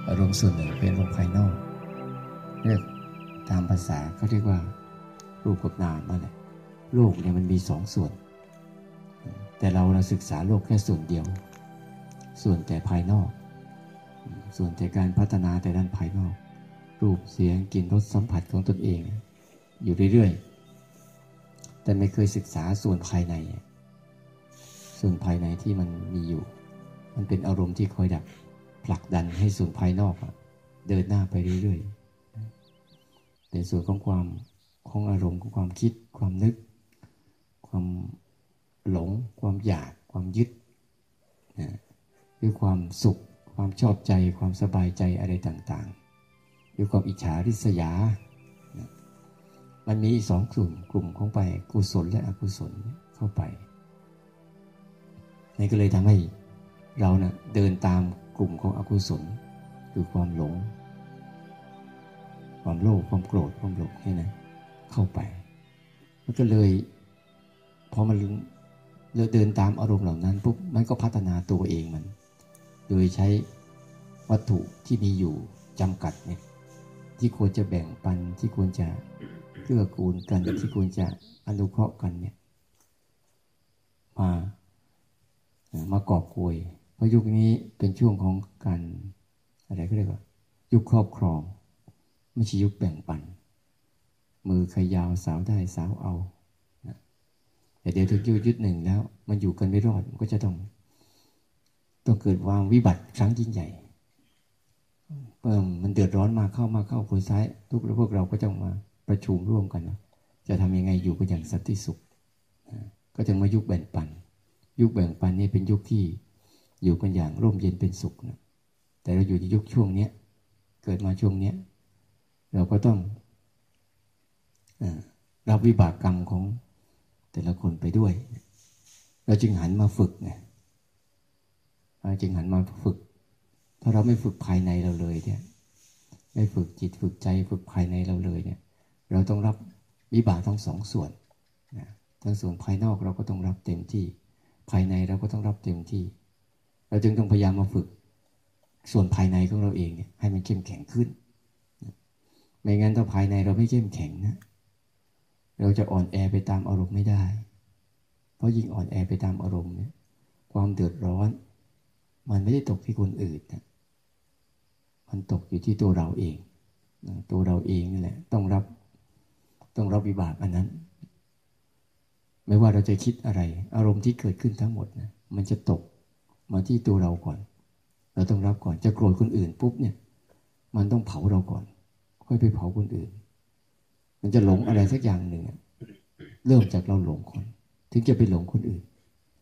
อารมณ์ส่วนหนึ่งเป็นอารมณ์ภายนอกเรียกตามภาษาเขาเรียกว่ารูปกับนามนั่นแหละโลกเนี่ยมันมีสองส่วนแต่เราศึกษาโลกแค่ส่วนเดียวส่วนแต่ภายนอกส่วนแต่การพัฒนาแต่ด้านภายนอกรูปเสียงกลิ่นรสสัมผัสของตนเองอยู่เรื่อยๆแต่ไม่เคยศึกษาส่วนภายในส่วนภายในที่มันมีอยู่มันเป็นอารมณ์ที่คอยดักผลักดันให้ส่วนภายนอกเดินหน้าไปเรื่อยๆแต่ส่วนของความของอารมณ์ของความคิดความนึกความหลงความอยากความยึดหรือความสุขความชอบใจความสบายใจอะไรต่างๆหรือความอิจฉาริษยามันมีสองกลุ่มของไปกุศลและอกุศลเข้าไปนี่ก็เลยทำให้เราเดินตามกลุ่มของอกุศลคือความหลงความโลภความโกรธความหลงนี่นะเข้าไปมันก็เลยพอมันเดินตามอารมณ์เหล่านั้นปุ๊บมันก็พัฒนาตัวเองมันโดยใช้วัตถุที่มีอยู่จำกัดเนี่ยที่ควรจะแบ่งปันที่ควรจะเกื้อกูลกันที่ควรจะอนุเคราะห์กันเนี่ยมากอบโกยเพราะยุคนี้เป็นช่วงของการอะไรก็เรียกว่ายุคครอบครองไม่ใช่ยุคแบ่งปันมือใครยาวสาวได้สาวเอาแต่เดี๋ยวถึงยุคหนึ่งแล้วมันอยู่กันไม่รอดมันก็จะต้องเกิดความวิบัติครั้งยิ่งใหญ่เมื่อมันเดือดร้อนมาเข้าคนซ้ายทุกพวกเราก็ต้องมาประชุมร่วมกันนะจะทำยังไงอยู่กันอย่างสันติสุขก็จะมายุคแบ่งปันยุคแบ่งปันนี่เป็นยุคที่อยู่กันอย่างร่มเย็นเป็นสุขนะแต่เราอยู่ในยุคช่วงนี้เกิดมาช่วงนี้เราก็ต้องรับวิบากกรรมของแต่ละคนไปด้วยเราจึงหันมาฝึกไงจึงหันมาฝึกถ้าเราไม่ฝึกภายในเราเลยเนี่ยไม่ฝึกจิตฝึกใจฝึกภายในเราเลยเนี่ยเราต้องรับวิบากทั้งสองส่วนนะทั้งส่วนภายนอกเราก็ต้องรับเต็มที่ภายในเราก็ต้องรับเต็มที่เราจึงต้องพยายามมาฝึกส่วนภายในของเราเองเนี่ยให้มันเข้มแข็งขึ้นไม่งั้นถ้าภายในเราไม่เข้มแข็งนะเราจะอ่อนแอไปตามอารมณ์ไม่ได้เพราะยิ่งอ่อนแอไปตามอารมณ์เนี่ยความเดือดร้อนมันไม่ได้ตกที่คนอื่นนะมันตกอยู่ที่ตัวเราเองตัวเราเองนี่แหละต้องรับวิบากอันนั้นไม่ว่าเราจะคิดอะไรอารมณ์ที่เกิดขึ้นทั้งหมดนะมันจะตกมาที่ตัวเราก่อนเราต้องรับก่อนจะโกรธคนอื่นปุ๊บเนี่ยมันต้องเผาเราก่อนค่อยไปเผาคนอื่นมันจะหลงอะไรสักอย่างหนึ่งเริ่มจากเราหลงคนถึงจะไปหลงคนอื่น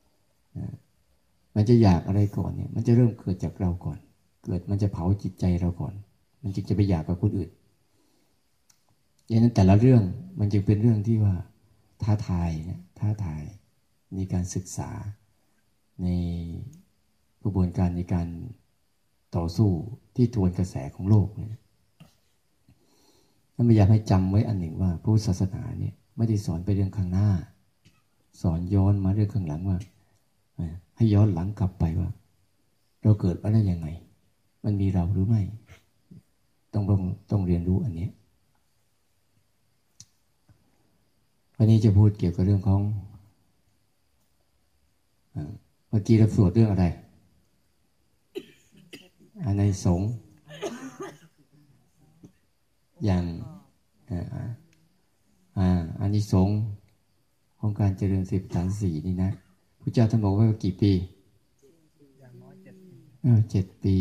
มันจะอยากอะไรก่อนเนี่ยมันจะเริ่มเกิดจากเราก่อนเกิดมันจะเผาจิตใจเราก่อนมันจึงจะไปอยากกับคนอื่นอย่างนั้นแต่ละเรื่องมันจึงเป็นเรื่องที่ว่าท้าทายในการศึกษาในกระบวนการในการต่อสู้ที่ทวนกระแสของโลกเนี่ยท่านพยายามให้จำไว้อันหนึ่งว่าพุทธศาสนาเนี่ยไม่ได้สอนไปเรื่องข้างหน้าสอนย้อนมาเรื่องข้างหลังว่าให้ย้อนหลังกลับไปว่าเราเกิดมาได้ยังไงมันมีเราหรือไม่ต้องเรียนรู้อันนี้วันนี้จะพูดเกี่ยวกับเรื่องของเมื่อกี้เราสวดเรื่องอะไรอานิสงส์อย่างอานิสงส์ของการเจริญสิบฐานสี่นี่นะพระเจ้าท่านบอกว่ากี่ปี7 ปี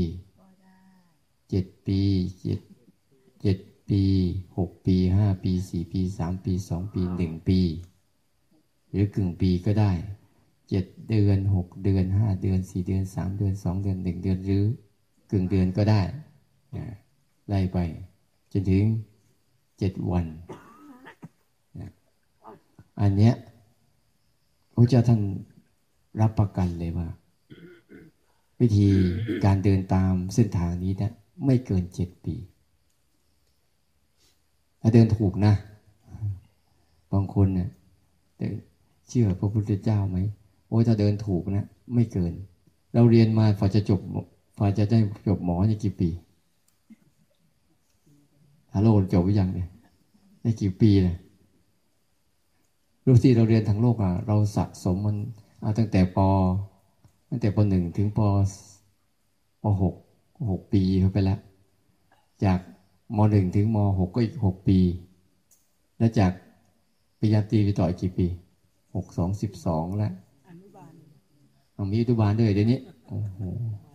7 ปี7 ปี6 ปี5 ปี4 ปี3 ปี2 ปี1 ปีหรือกึ่งปีก็ได้7 เดือน6 เดือน5 เดือน4 เดือน3 เดือน2 เดือน1 เดือนหรือกึ่งเดือนก็ได้ไล่ไปจนถึง7 วันอันเนี้ยพระเจ้าท่านรับประกันเลยว่าวิธีการเดินตามเส้นทางนี้นะไม่เกิน7 ปีถ้าเดินถูกนะบางคนเนี่ยเชื่อพระพุทธเจ้าไหมโอ้ยถ้าเดินถูกนะไม่เกินเราเรียนมาฝ่าจะได้จบหมอนี่กี่ปีฮัลโหลจบหรือยังเนี่ยได้กี่ปีเลยรู้ที่เราเรียนทางโลกอ่ะเราสะสมมันตั้งแต่ป.1ถึงป.6 6 ปีเข้าไปแล้วจากม.1ถึงม.6ก็อีก6 ปีแล้วจากปริญญาตรีไปต่ออีกกี่ปี6 2 12แล้วมีอนุบาลด้วยเดี๋ยวนี้โอ้โห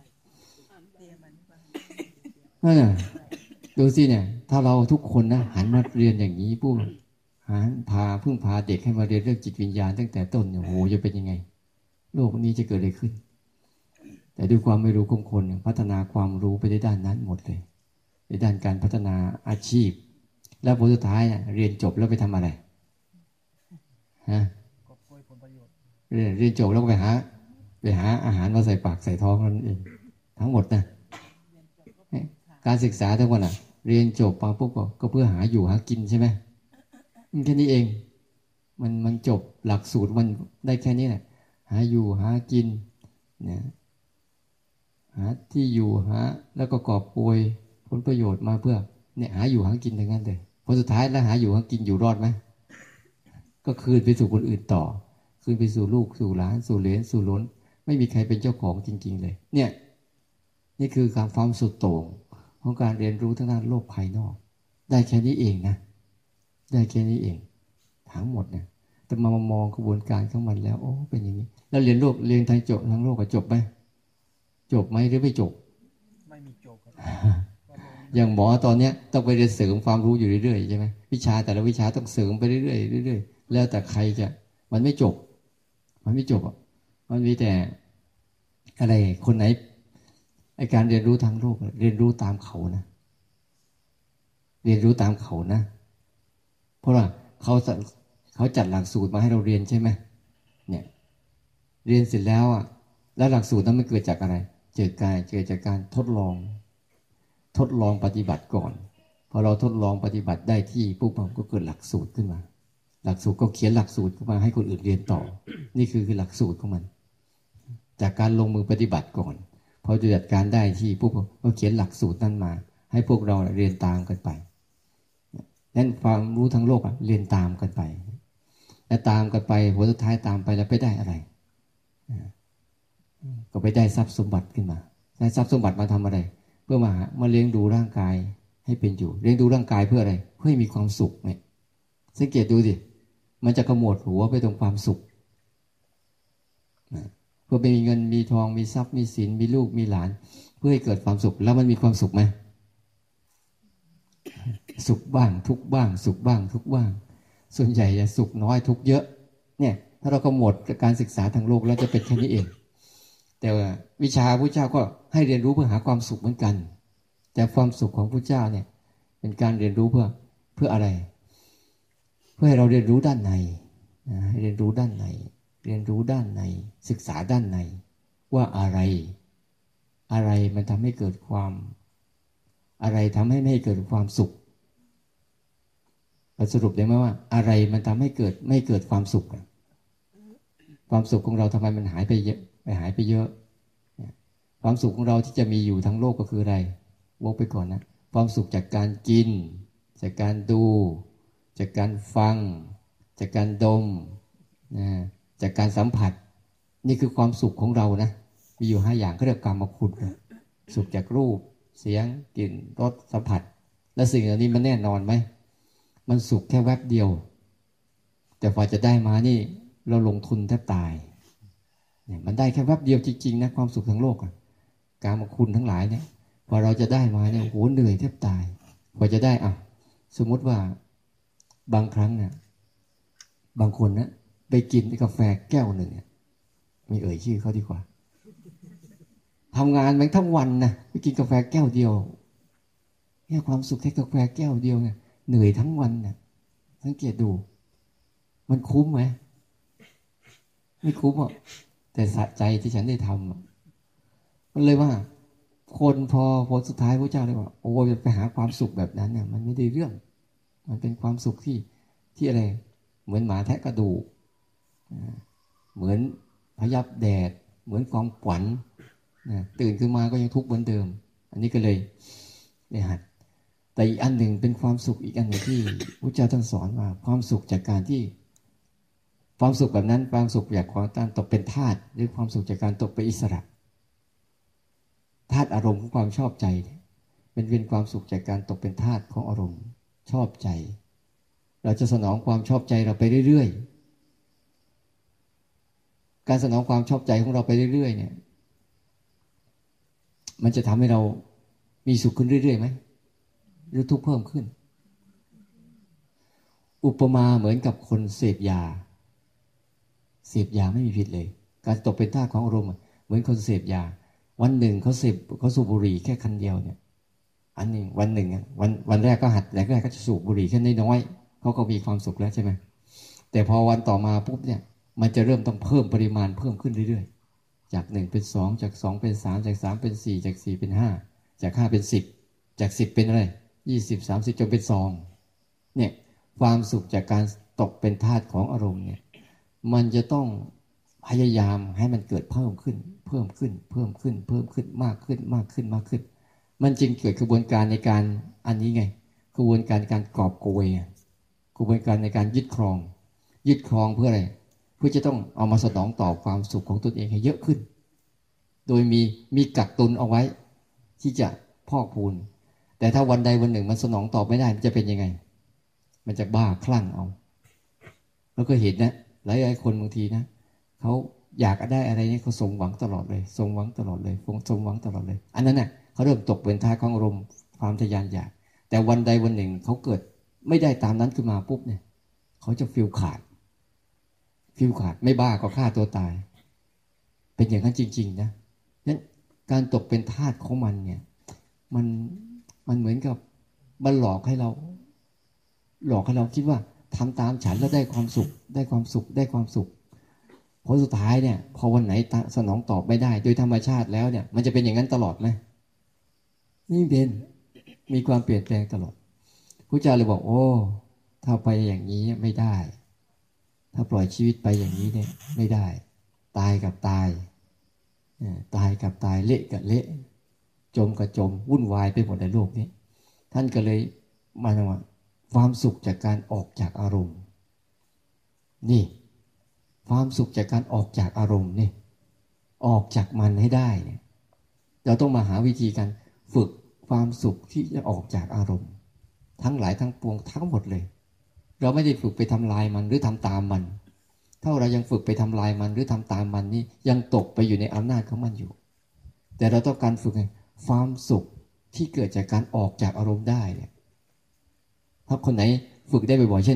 นั่นน่ะดูสิเนี่ยถ้าเราทุกคนนะหันมาเรียนอย่างนี้ปุ๊บพึ่งพาเด็กให้มาเรียนเรื่องจิตวิญญาณตั้งแต่ต้นเนี่ยโหจะเป็นยังไงโลกนี้จะเกิดอะไรขึ้นแต่ด้วยความไม่รู้ของคนพัฒนาความรู้ไปในด้านนั้นหมดเลยในด้านการพัฒนาอาชีพแล้วผลสุดท้ายเรียนจบแล้วไปทำอะไรฮะเรียนจบแล้วไปหาอาหารมาใส่ปากใส่ท้องนั่นเองทั้งหมดนะการศึกษาทั้งหมดเรียนจบมาปุ๊บก็เพื่อหาอยู่หากินใช่ไหมแค่นี้เองมันจบหลักสูตรมันได้แค่นี้แหละหาอยู่หากินนะหาที่อยู่หาแล้วก็กอบโกยผลประโยชน์มาเพื่อเนี่ยหาอยู่หากินอย่างนั้นเลยพอสุดท้ายแล้วหาอยู่หากินอยู่รอดไหมก็คืนไปสู่คนอื่นต่อคืนไปสู่ลูกสู่หลานสู่เหลนสู่ล้นไม่มีใครเป็นเจ้าของจริงๆเลยเนี่ยนี่คือความสุดโต่งของการเรียนรู้ทางด้านโลกภายนอกได้แค่นี้เองนะได้แค่นี้เองทั้งหมดเนี่ยแต่มามองกระบวนการของมันแล้วโอ้เป็นอย่างนี้แล้วเรียนทางทางโลกก็จบไหมจบไหมหรือไม่จบไม่มีจบครับอย่างหมอตอนเนี้ยต้องไปเรียนเสริมความรู้อยู่เรื่อยๆใช่ไหมวิชาแต่ละวิชาต้องเสริมไปเรื่อยๆเรื่อยๆแล้วแต่ใครจะมันไม่จบมันมีแต่อะไรคนไหนไอการเรียนรู้ทางโลกเรียนรู้ตามเขานะเรียนรู้ตามเขานะเพราะว่าเขาจัดหลักสูตรมาให้เราเรียนใช่ไหมเนี่ยเรียนเสร็จแล้วแล้วหลักสูตรนั้นมันเกิดจากอะไรเกิดจากการทดลองปฏิบัติก่อนพอเราทดลองปฏิบัติได้ที่ปุ๊บก็เกิดหลักสูตรขึ้นมาหลักสูตรก็เขียนหลักสูตรขึ้นมาให้คนอื่นเรียนต่อนี่คือหลักสูตรของมันจากการลงมือปฏิบัติก่อนพอจัดการได้ที่ปุ๊บก็เขียนหลักสูตรนั้นมาให้พวกเราเรียนตามกันไปนั้นความรู้ทั้งโลกเรียนตามกันไปและตามกันไปผลสุดท้ายตามไปแล้วไปได้อะไรก็ไปได้ทรัพย์สมบัติขึ้นมาได้ทรัพย์สมบัติมาทำอะไรเพื่อมาเลี้ยงดูร่างกายให้เป็นอยู่เลี้ยงดูร่างกายเพื่ออะไรเพื่อให้มีความสุขเนี่ยสังเกตดูสิมันจะขมวดหัวไปตรงความสุขเพื่อไปมีเงินมีทองมีทรัพย์มีสินมีลูกมีหลานเพื่อให้เกิดความสุขแล้วมันมีความสุขไหมสุขบ้างทุกบ้างสุขบ้างทุกบ้างส่วนใหญ่จะสุขน้อยทุกเยอะเนี่ยถ้าเราขมวดการศึกษาทางโลกแล้วจะเป็นแค่นี้เองแต่ว่าวิชาพระเจ้าก็ให้เรียนรู้เพื่อหาความสุขเหมือนกันแต่ความสุขของพระเจ้าเนี่ยเป็นการเรียนรู้เพื่ออะไรเพื่อให้เราเรียนรู้ด้านในเรียนรู้ด้านในเรียนรู้ด้านในศึกษาด้านในว่าอะไรมันทำให้เกิดความอะไรทำให้ไม่เกิดความสุขเราสรุปได้ไหมว่าอะไรมันทำให้ไม่เกิดความสุขความสุขของเราทำไมมันหายไปเยอะความสุขของเราที่จะมีอยู่ทั้งโลกก็คืออะไรวกไปก่อนนะความสุขจากการกินจากการดูจากการฟังจากการดมจากการสัมผัสนี่คือความสุขของเรานะมีอยู่5อย่างเขาเรียกกามคุณสุขจากรูปเสียงกลิ่นรสสัมผัสและสิ่งเหล่านี้มันแน่นอนไหมมันสุขแค่แวบเดียวแต่พอจะได้มานี่เราลงทุนแทบตายเนี่ยมันได้แค่แวบเดียวจริงๆนะความสุขทางโลกกามคุณทั้งหลายเนี่ยพอเราจะได้มาเนี่ยโหเหนื่อยแทบตายพอจะได้สมมติว่าบางครั้งเนี่ยบางคนนะไปกินกาแฟแก้วหนึ่งไม่เอ่ยชื่อเขาดีกว่าทำงานแม่งทั้งวันนะไปกินกาแฟแก้วเดียวแค่ความสุขแค่กาแฟแก้วเดียวเนี่ยเหนื่อยทั้งวันนะสังเกตดูมันคุ้มไหมไม่คุ้มแต่สะใจที่ฉันได้ทำมันเลยว่าคนพอผลสุดท้ายพระเจ้าเลยว่าโอ้ยไปหาความสุขแบบนั้นเนี่ยมันไม่ได้เรื่องมันเป็นความสุขที่อะไรเหมือนหมาแทะกระดูกเหมือนพยับแดดเหมือนความขวัญตื่นขึ้นมาก็ยังทุกข์เหมือนเดิมอันนี้ก็เลยหัดแต่อีกอันหนึ่งเป็นความสุขอีกอันหนึ่งที่พระเจ้าท่านสอนว่าความสุขจากการที่ความสุขแบบนั้นความสุขจากความตกเป็นทาสหรือความสุขจากการตกเป็นอิสระทาสอารมณ์ของความชอบใจเป็นความสุขจากการตกเป็นทาสของอารมณ์ชอบใจเราจะสนองความชอบใจเราไปเรื่อยๆการสนองความชอบใจของเราไปเรื่อยๆเนี่ยมันจะทำให้เรามีสุขขึ้นเรื่อยๆไหมหรือทุกข์เพิ่มขึ้นอุปมาเหมือนกับคนเสพยาไม่มีผิดเลยการตกเป็นทาสของอารมณ์เหมือนคนเสพยาวันหนึ่งเขาสูบบุหรี่แค่คันเดียวเนี่ยอันหนึ่งวันหนึ่งวันแรกก็หัดแรกก็จะสูบบุหรี่แค่น้อยๆเขาก็มีความสุขแล้วใช่ไหมแต่พอวันต่อมาปุ๊บเนี่ยมันจะเริ่มต้องเพิ่มปริมาณเพิ่มขึ้นเรื่อยๆจาก1เป็น2จาก2เป็น3จาก3เป็น4จาก4เป็น5จาก5เป็น10จาก10เป็นอะไร20 30จนเป็น2เนี่ยความสุขจากการตกเป็นทาสของอารมณ์เนี่ยมันจะต้องพยายามให้มันเกิดเพิ่มขึ้นมากขึ้นมันจึงเกิดกระบวนการในการอันนี้ไงกระบวนการการกอบโกยกระบวนการในการยึดครองเพื่ออะไรเพื่อจะต้องเอามาสนองตอบความสุขของตนเองให้เยอะขึ้นโดยมีกักตุนเอาไว้ที่จะพอกพูนแต่ถ้าวันใดวันหนึ่งมันสนองตอบไม่ได้มันจะเป็นยังไงมันจะบ้าคลั่งเอาแล้วก็เห็นนะหลายคนบางทีนะเขาอยากได้อะไรนี่เขาสมหวังตลอดเลยอันนั้นน่ะเขาเริ่มตกเป็นทาสของอารมณ์ความทะยานอยากแต่วันใดวันหนึ่งเขาเกิดไม่ได้ตามนั้นขึ้นมาปุ๊บเนี่ยเขาจะฟีลขาดไม่บ้าก็ฆ่าตัวตายเป็นอย่างนั้นจริงๆนะนั้นการตกเป็นทาสของมันเนี่ยมันเหมือนกับมันหลอกให้เราคิดว่าทำตามฉันแล้วได้ความสุขผลสุดท้ายเนี่ยพอวันไหนสนองตอบไม่ได้โดยธรรมชาติแล้วเนี่ยมันจะเป็นอย่างนั้นตลอดไหมนี่เป็นมีความเปลี่ยนแปลงตลอดพระเจ้าเลยบอกโอ้ถ้าไปอย่างนี้ไม่ได้ถ้าปล่อยชีวิตไปอย่างนี้เนี่ยไม่ได้ตายกับตายเละกับเละจมกับจมวุ่นวายไปหมดในโลกนี้ท่านก็เลยมาว่าความสุขจากการออกจากอารมณ์นี่ความสุขจากการออกจากอารมณ์นี่ออกจากมันให้ได้เนี่ยเราต้องมาหาวิธีการฝึกความสุขที่จะออกจากอารมณ์ทั้งหลายทั้งปวงทั้งหมดเลยเราไม่ได้ฝึกไปทำลายมันหรือทำตามมันถ้าเรายังฝึกไปทำลายมันหรือทำตามมันนี่ยังตกไปอยู่ในอำนาจของมันอยู่แต่เราต้องการฝึกความสุขที่เกิดจากการออกจากอารมณ์ได้เนี่ยถ้าคนไหนฝึกได้บ่อยๆเช่น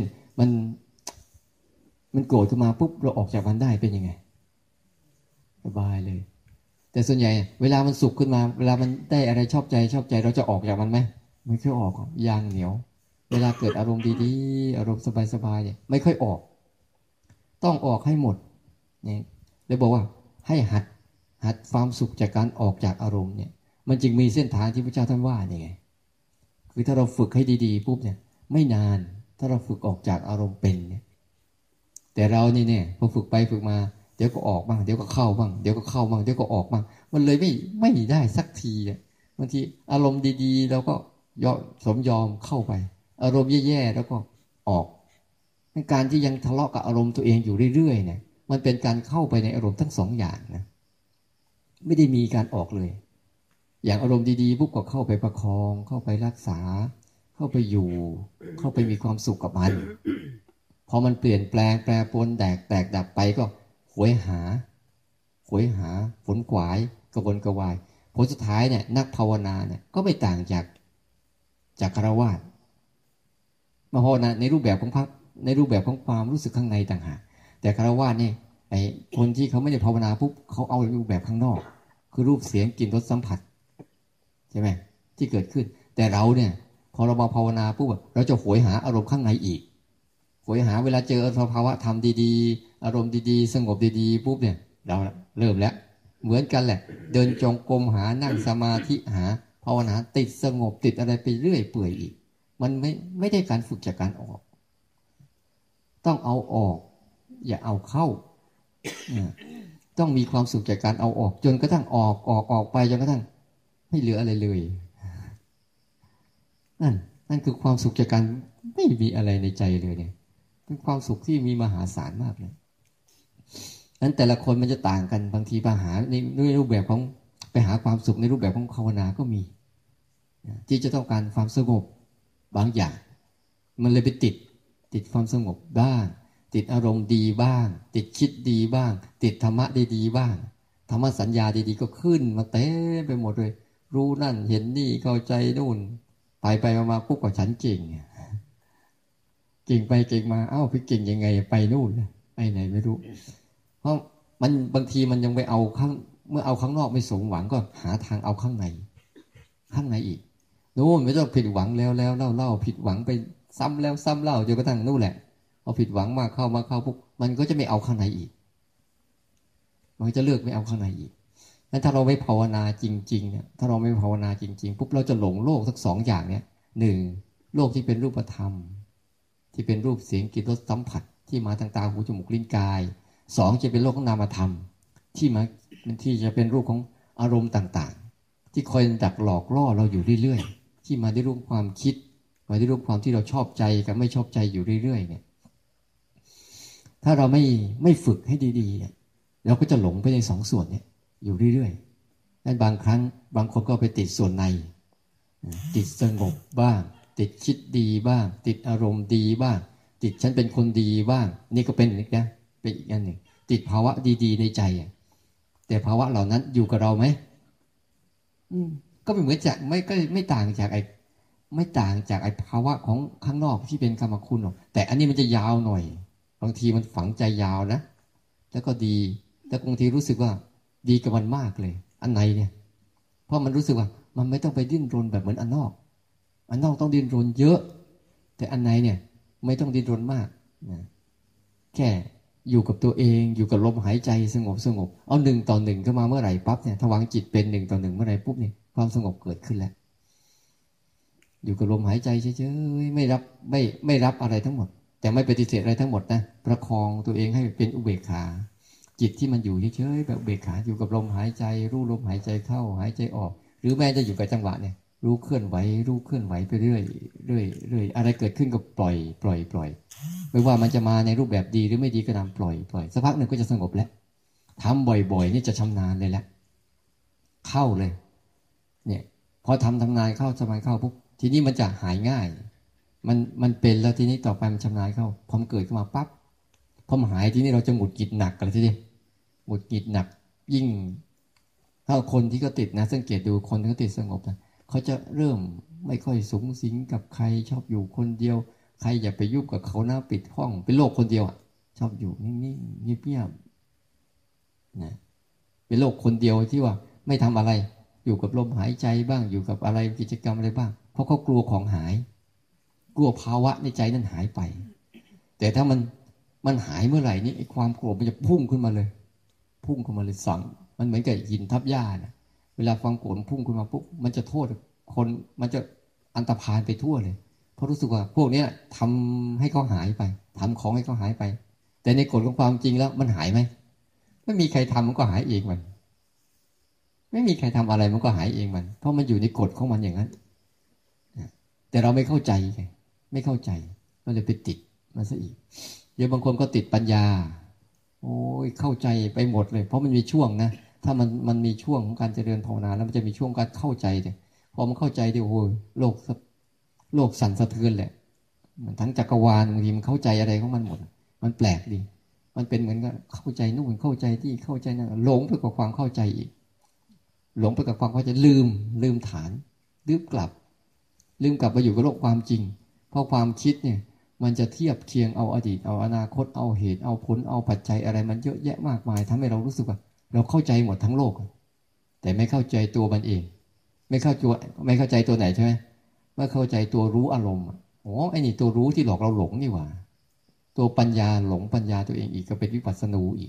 มันโกรธขึ้นมาปุ๊บเราออกจากมันได้เป็นยังไงสบายเลยแต่ส่วนใหญ่เวลามันสุขขึ้นมาเวลามันได้อะไรชอบใจเราจะออกจากมันไหมไม่ค่อยออกยางเหนียวเวลาเกิดอารมณ์ดีๆอารมณ์สบายๆเนี่ยไม่ค่อยออกต้องออกให้หมดเนี่ยเลยบอกว่าให้หัดความสุขจากการออกจากอารมณ์เนี่ยมันจึงมีเส้นทางที่พระเจ้าท่านว่านี่ไงคือถ้าเราฝึกให้ดีๆปุ๊บเนี่ยไม่นานถ้าเราฝึกออกจากอารมณ์เป็นเนี่ยแต่เราเนี่ยพอฝึกไปฝึกมาเดี๋ยวก็ออกบ้างเดี๋ยวก็เข้าบ้างเดี๋ยวก็เข้าบ้างเดี๋ยวก็ออกบ้างมันเลยไม่ได้สักทีบางทีอารมณ์ดีๆเราก็สมยอมเข้าไปอารมณ์แย่ๆแล้วก็ออกการที่ยังทะเลาะกับอารมณ์ตัวเองอยู่เรื่อยๆเนี่ยมันเป็นการเข้าไปในอารมณ์ทั้งสองอย่างนะไม่ได้มีการออกเลยอย่างอารมณ์ดีๆปุ๊บก็เข้าไปประคองเข้าไปรักษาเข้าไปอยู่เข้าไปมีความสุขกับมันพอมันเปลี่ยนแปลงแปรปรวนแตกดับไปก็หวยหาฝนขวายกระวนกระวายผลสุดท้ายเนี่ยนักภาวนาเนี่ยก็ไม่ต่างจากฆราวาสมาภาวนาในรูปแบบของความรู้สึกข้างในต่างหากแต่ฆราวาสเนี่ยไอ้คนที่เขาไม่ได้ภาวนาปุ๊บเขาเอารูปแบบข้างนอกคือรูปเสียงกลิ่นรสสัมผัสใช่ไหมที่เกิดขึ้นแต่เราเนี่ยพอเรามาภาวนาปุ๊บเราจะโหยหาอารมณ์ข้างในอีกโหยหาเวลาเจอสภาวะธรรมดีๆอารมณ์ดีๆสงบดีๆปุ๊บเนี่ยเราเริ่มแล้วเหมือนกันแหละเดินจงกรมหานั่งสมาธิหาภาวนาติดสงบติดอะไรไปเรื่อยเปื่อยอีกมันไม่ได้การฝึกจากการออกต้องเอาออกอย่าเอาเข้าต้องมีความสุขจากการเอาออกจนกระทั่งออกไปจนกระทั่งไม่เหลืออะไรเลยนั่นนั่นคือความสุขจากการไม่มีอะไรในใจเลยเนี่ยเป็นความสุขที่มีมหาศาลมากเลยนั้นแต่ละคนมันจะต่างกันบางทีปัญหาในรูปแบบของไปหาความสุขในรูปแบบของภาวนาก็มีที่จะต้องการความสงบบางอย่างมันเลยไปติดความสงบบ้างติดอารมณ์ดีบ้างติดคิดดีบ้างติดธรรมะดีๆบ้างธรรมะสัญญาดีๆก็ขึ้นมาเต็มไปหมดเลยรู้นั่นเห็นนี่เข้าใจนู่นไปมาปุ๊บก็ฉันเก่งเก่งไปเก่งมาเอ้าพี่เก่งยังไงไปนู่นไปไหนไม่รู้เพราะมันบางทีมันยังไปเอาเมื่อเอาข้างนอกไม่สมหวังก็หาทางเอาข้างในอีกโน่นไม่ต้องผิดหวังแล้วเล่าผิดหวังไปซ้ำแล้วซ้ำเล่าจนกระทั่งนู่นแหละพอผิดหวังมากเข้าปุ๊บมันก็จะไม่เอาข้างในอีกมันจะเลือกไม่เอาข้างในอีกงั้นถ้าเราไม่ภาวนาจริงๆเนี่ยถ้าเราไม่ภาวนาจริงๆปุ๊บเราจะหลงโลกสักสองอย่างเนี่ยหนึ่งโลกที่เป็นรูปธรรมที่เป็นรูปเสียงกลิ่นรสสัมผัสที่มาทางตาหูจมูกลิ้นกายสองจะเป็นโลกของนามธรรมที่จะเป็นรูปของอารมณ์ต่างๆที่คอยดักหลอกล่อเราอยู่เรื่อยๆที่มาได้รูปความคิดมาได้รูปความที่เราชอบใจกับไม่ชอบใจอยู่เรื่อยๆเนี่ยถ้าเราไม่ฝึกให้ดีๆเนี่ยเราก็จะหลงไปในสองส่วนเนี่ยอยู่เรื่อยๆนั้นบางครั้งบางคนก็ไปติดส่วนในติดสงบบ้างติดคิดดีบ้างติดอารมณ์ดีบ้างติดฉันเป็นคนดีบ้างนี่ก็เป็นอีกนะเป็นอีกอันหนึ่งติดภาวะดีๆในใจแต่ภาวะเหล่านั้นอยู่กับเราไหมก็ไม่เหมือนจากไม่ต่างจากไอ้ภาวะของข้างนอกที่เป็นกรรมคุณหรอกแต่อันนี้มันจะยาวหน่อยบางทีมันฝังใจยาวนะแล้วก็ดีแต่บางทีรู้สึกว่าดีกับมันมากเลยอันไหนเนี่ยเพราะมันรู้สึกว่ามันไม่ต้องไปดิ้นรนแบบเหมือนอันนอกต้องดิ้นรนเยอะแต่อันไหนเนี่ยไม่ต้องดิ้นรนมากนะแค่อยู่กับตัวเองอยู่กับลมหายใจสงบเอา1:1เข้ามาเมื่อไหร่ปั๊บเนี่ยถ้าวางจิตเป็น1:1เมื่อไหร่ปุ๊บเนี่ยความสงบเกิดขึ้นแล้วอยู่กับลมหายใจเฉยๆไม่รับอะไรทั้งหมดแต่ไม่ปฏิเสธอะไรทั้งหมดนะประคองตัวเองให้เป็นอุเบกขาจิตที่มันอยู่เฉยๆแบบอุเบกขาอยู่กับลมหายใจรู้ลมหายใจเข้าหายใจออกหรือแม้จะอยู่กับจังหวะเนี่ยรู้เคลื่อนไหวไปเรื่อยอะไรเกิดขึ้นก็ปล่อยไม่ว่ามันจะมาในรูปแบบดีหรือไม่ดีก็ตามปล่อยสักพักหนึ่งก็จะสงบแล้วทำบ่อยๆนี่จะชำนาญเลยแหละเข้าเลยเนี่ยพอทำนานเข้าสมาธิเข้าปุ๊บทีนี้มันจะหายง่ายมันเป็นแล้วทีนี้ต่อไปมันชำนาญเข้าพอมันเกิดขึ้นมาปั๊บพอมันหายทีนี้เราจะหงุดหงิดหนักกันทีนี้หงุดหงิดหนักยิ่งถ้าคนที่เขาติดนะสังเกตดูคนที่เขาติดสงบนะเขาจะเริ่มไม่ค่อยสุงสิงกับใครชอบอยู่คนเดียวใครอย่าไปยุ่งกับเขานะปิดห้องเป็นโลกคนเดียวอ่ะชอบอยู่นิ่งๆเงียบๆนะเป็นโลกคนเดียวที่ว่าไม่ทำอะไรอยู่กับลมหายใจบ้างอยู่กับอะไรกิจกรรมอะไรบ้างเพราะเขากลัวของหายกลัวภาวะในใจนั้นหายไปแต่ถ้ามันหายเมื่อไหร่นี่ไอ้ความโกรธมันจะพุ่งขึ้นมาเลยสั่งมันเหมือนกับหินทับหญ้านะเวลาความโกรธพุ่งขึ้นมาปุ๊บมันจะโทษคนมันจะอันตรพานไปทั่วเลยเพราะรู้สึกว่าพวกนี้ทำให้เขาหายไปทำของให้เขาหายไปแต่ในกฎของความจริงแล้วมันหายไหมไม่มีใครทำมันก็หายเองมันไม่มีใครทำอะไรมันก็หายเองมันเพราะมันอยู่ในกฎของมันอย่างนั้นแต่เราไม่เข้าใจไงไม่เข้าใจก็เลยไปติดมันซะอีกเดี๋ยวบางคนก็ติดปัญญาโอ้ยเข้าใจไปหมดเลยเพราะมันมีช่วงนะถ้ามันมีช่วงของการเจริญภาวนาแล้วมันจะมีช่วงการเข้าใจเลยพอมันเข้าใจดิโอ้ยโลกสั่นสะเทือนแหละมันทั้งจักรวาลบางทีมันเข้าใจอะไรของมันหมดมันแปลกดีมันเป็นเหมือนกับเข้าใจนู่นเข้าใจที่เข้าใจนั่นหลงไปกับความเข้าใจอีกหลงไปกับความเข้าใจลืมฐานลืมกลับมาอยู่กับโลกความจริงเพราะความคิดเนี่ยมันจะเทียบเคียงเอาอดีตเอาอนาคตเอาเหตุเอาผลเอาปัจจัยอะไรมันเยอะแยะมากมายทำให้เรารู้สึกว่าเราเข้าใจหมดทั้งโลกแต่ไม่เข้าใจตัวมันเองไม่เข้าใจตัวไหนใช่ไหมไม่เข้าใจตัวรู้อารมณ์โอ้ไอ้นี่ตัวรู้ที่หลอกเราหลงนี่หว่าตัวปัญญาหลงปัญญาตัวเองอีกก็เป็นวิปัสสนูอีก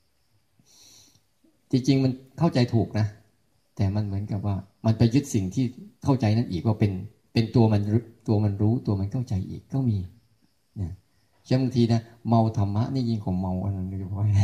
จริงๆมันเข้าใจถูกนะแต่มันเหมือนกับว่ามันไปยึดสิ่งที่เข้าใจนั้นอีกว่าเป็นตัวมันรู้ตัวมันเข้าใจอีกก็มีเนี่ยเช่นบางทีนะเมาธรรมะนี่ยิ่งของเมาอันนั้นเลยพ่อ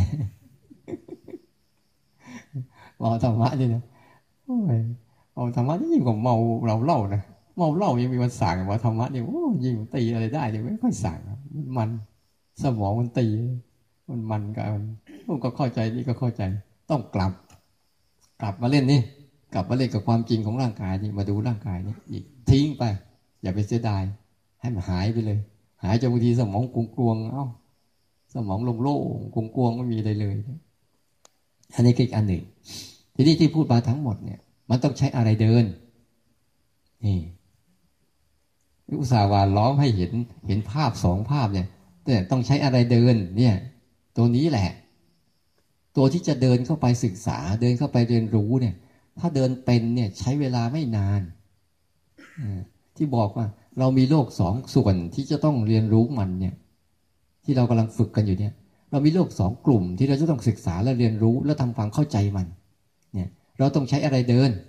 เมาธรรมะนี่นะโอ้ยเมาธรรมะนี่ยิ่งของเมาเราเล่านะเมาเหล้ายังมีวันสั่งมาธรรมะเนี่ยโอ้ยิงตีอะไรได้เนี่ยไม่ค่อยสั่งมันสมองมันตีมันก็เข้าใจนี่ก็เข้าใจต้องกลับมาเล่นนี่กลับมาเล่นกับความจริงของร่างกายนี่มาดูร่างกายนี่อีกทิ้งไปอย่าไปเสียดายให้มันหายไปเลยหายจนบางทีสมองกลวงเอ้าสมองโล่งๆกลวงไม่มีอะไรเลยอันนี้คืออีกอันหนึ่งทีนี้ที่พูดมาทั้งหมดเนี่ยมันต้องใช้อะไรเดินนี่อุตสาห์ว่าล้อมให้เห็นภาพสองภาพเนี่ยแต่ต้องใช้อะไรเดินเนี่ยตัวนี้แหละตัวที่จะเดินเข้าไปศึกษาเดินเข้าไปเรียนรู้เนี่ยถ้าเดินเป็นเนี่ยใช้เวลาไม่นานที่บอกว่าเรามีโลกสองส่วนที่จะต้องเรียนรู้มันเนี่ยที่เรากำลังฝึกกันอยู่เนี่ยเรามีโลกสองกลุ่มที่เราจะต้องศึกษาและเรียนรู้และทำความเข้าใจมันเนี่ยเราต้องใช้อะไรเดิน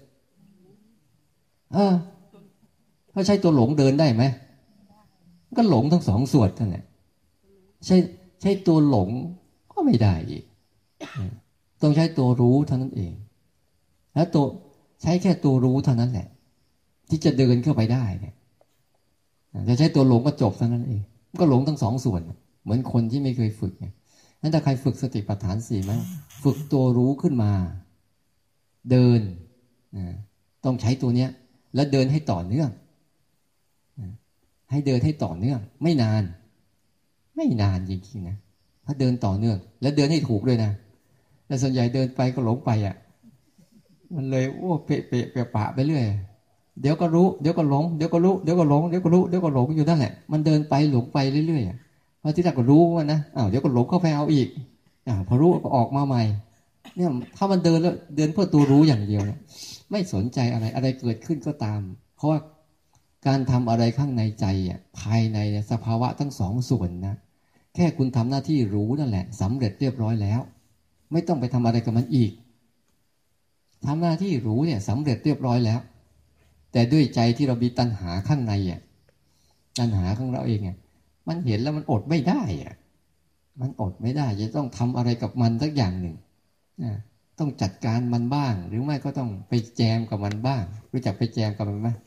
ถ้าใช้ตัวหลงเดินได้ไหมก็หลงทั้งสองส่วนนั่นแหละใช้ตัวหลงก็ไม่ได้อีกต้องใช้ตัวรู้เท่านั้นเองแล้วตัวใช้แค่ตัวรู้เท่านั้นแหละที่จะเดินเข้าไปได้เนี่ยจะใช้ตัวหลงก็จบเท่านั้นเองก็หลงทั้งสองส่วนเหมือนคนที่ไม่เคยฝึกเนี่ยนั้นถ้าใครฝึกสติปัฏฐานสี่ไหมฝึกตัวรู้ขึ้นมาเดินต้องใช้ตัวเนี้ยแล้วเดินให้ต่อเนื่องให้เดินให้ต่อเนื่องไม่นานจริงๆนะถ้าเดินต่อเนื่องแล้วเดินให้ถูกด้วยนะแต่ส่วนใหญ่เดินไปก็หลงไปมันเลยโอ้เปะปะไปเรื่อยเดี๋ยวก็รู้เดี๋ยวก็หลงเดี๋ยวก็รู้เดี๋ยวก็หลงเดี๋ยวก็รู้เดี๋ยวก็หลงอยู่นั่นแหละมันเดินไปหลงไปเรื่อยๆพอที่แรกก็รู้ว่านะเดี๋ยวก็หลงเข้าไปเอาอีกพอรู้ก็ออกมาใหม่เนี่ยถ้ามันเดินแล้วเดินเพื่อตัวรู้อย่างเดียวเนี่ยไม่สนใจอะไรเกิดขึ้นก็ตามเพราะว่าการทำอะไรข้างในใจภายในสภาวะทั้งสองส่วนนะแค่คุณทำหน้าที่รู้นั่นแหละสำเร็จเรียบร้อยแล้วไม่ต้องไปทำอะไรกับมันอีกทำหน้าที่รู้เนี่ยสำเร็จเรียบร้อยแล้วแต่ด้วยใจที่เรามีตัณหาข้างในตัณหาของเราเองมันเห็นแล้วมันอดไม่ได้มันอดไม่ได้จะต้องทำอะไรกับมันสักอย่างหนึ่งต้องจัดการมันบ้างหรือไม่ก็ต้องไปแจมกับมันบ้างรู้จักไปแจมกับมันไหม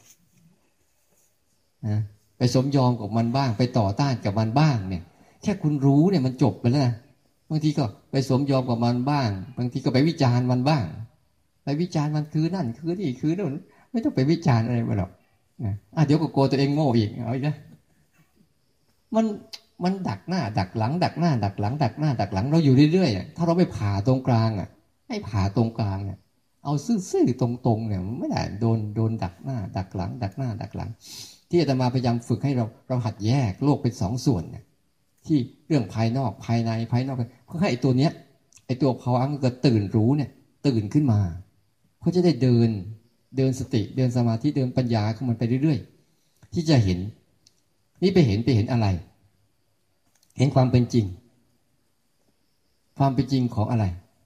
ไปสมยอมกับมันบ้างไปต่อต้านกับมันบ้างเนี่ยแค่คุณรู้เนี่ยมันจบไปแล้วนะบางทีก็ไปสมยอมกับมันบ้างบางทีก็ไปวิจารณ์มันบ้างไปวิจารณ์มันคือนั่นคือนี่คือนู่นไม่ต้องไปวิจารณ์อะไรไปหรอกเดี๋ยวก็โกรธตัวเองโง่อีกเอาอีกนะมันดักหน้าดักหลังดักหน้าดักหลังดักหน้าดักหลังเราอยู่เรื่อยๆถ้าเราไม่ผ่าตรงกลางให้ผ่าตรงกลางเอาซื่อๆตรงๆเนี่ยไม่ได้โดนดักหน้าดักหลังดักหน้าดักหลังที่อาตมาพยายามฝึกให้เราหัดแยกโลกเป็นสองส่วนที่เรื่องภายนอกภายในภายนอกเพื่อให้ไอ้ตัวเนี้ยไอ้ตัวภาวะเกิดตื่นรู้เนี่ยตื่นขึ้นมาเขาจะได้เดินสติเดินสมาธิเดินปัญญาของมันไปเรื่อยๆที่จะเห็นนี่ไปเห็นอะไรเห็นความเป็นจริงความเป็นจริงของอะไร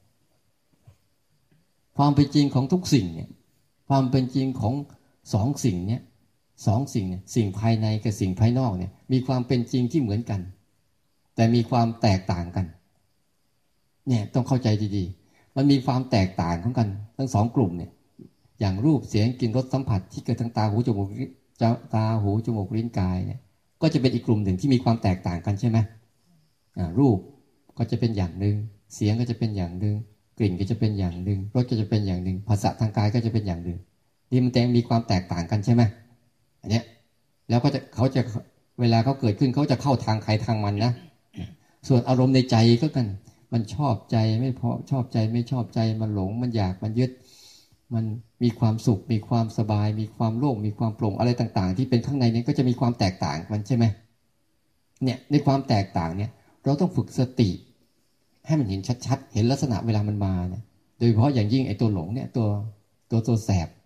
ความเป็นจริงของทุกสิ่งเนี่ยความเป็นจริงของสองสิ่งเนี่ยสิ่งภายในกับสิ่งภายนอกเนี่ยมีความเป็นจริงที่เหมือนกันแต่มีความแตกต่างกันเนี่ยต้องเข้าใจดีๆมันมีความแตกต่างของกันทั้งสองกลุ่มเนี่ยอย่างรูปเสียงกลิ่นรสสัมผัสที่เกิดทางตาหูจมูกลิ้นกายเนี่ยก็จะเป็นอีกกลุ่มหนึ่งที่มีความแตกต่างกันใช่ไหมรูปก็จะเป็นอย่างหนึ่งเสียงก็จะเป็นอย่างหนึ่งกลิ่นก็จะเป็นอย่างหนึ่งรสก็จะเป็นอย่างหนึ่งภาษาทางกายก็จะเป็นอย่างหนึ่งนี่มันแต่มีความแตกต่างกันใช่ไหมอันเนี้ยแล้วก็เขาจะเวลาเขาเกิดขึ้นเขาจะเข้าทางใครทางมันนะส่วนอารมณ์ในใจก็กันมันชอบใจไม่พอชอบใจไม่ชอบใจมันหลงมันอยากมันยึดมันมีความสุขมีความสบายมีความโล่งมีความโปร่งอะไรต่างๆที่เป็นข้างในนี้ก็จะมีความแตกต่างมันใช่ไหมเนี่ยในความแตกต่างเนี่ยเราต้องฝึกสติให้มันเห็นชัดๆเห็นลักษณะเวลามันมาเนี่ยโดยเฉพาะอย่างยิ่งไอ้ตัวหลงเนี่ยตัวแสบ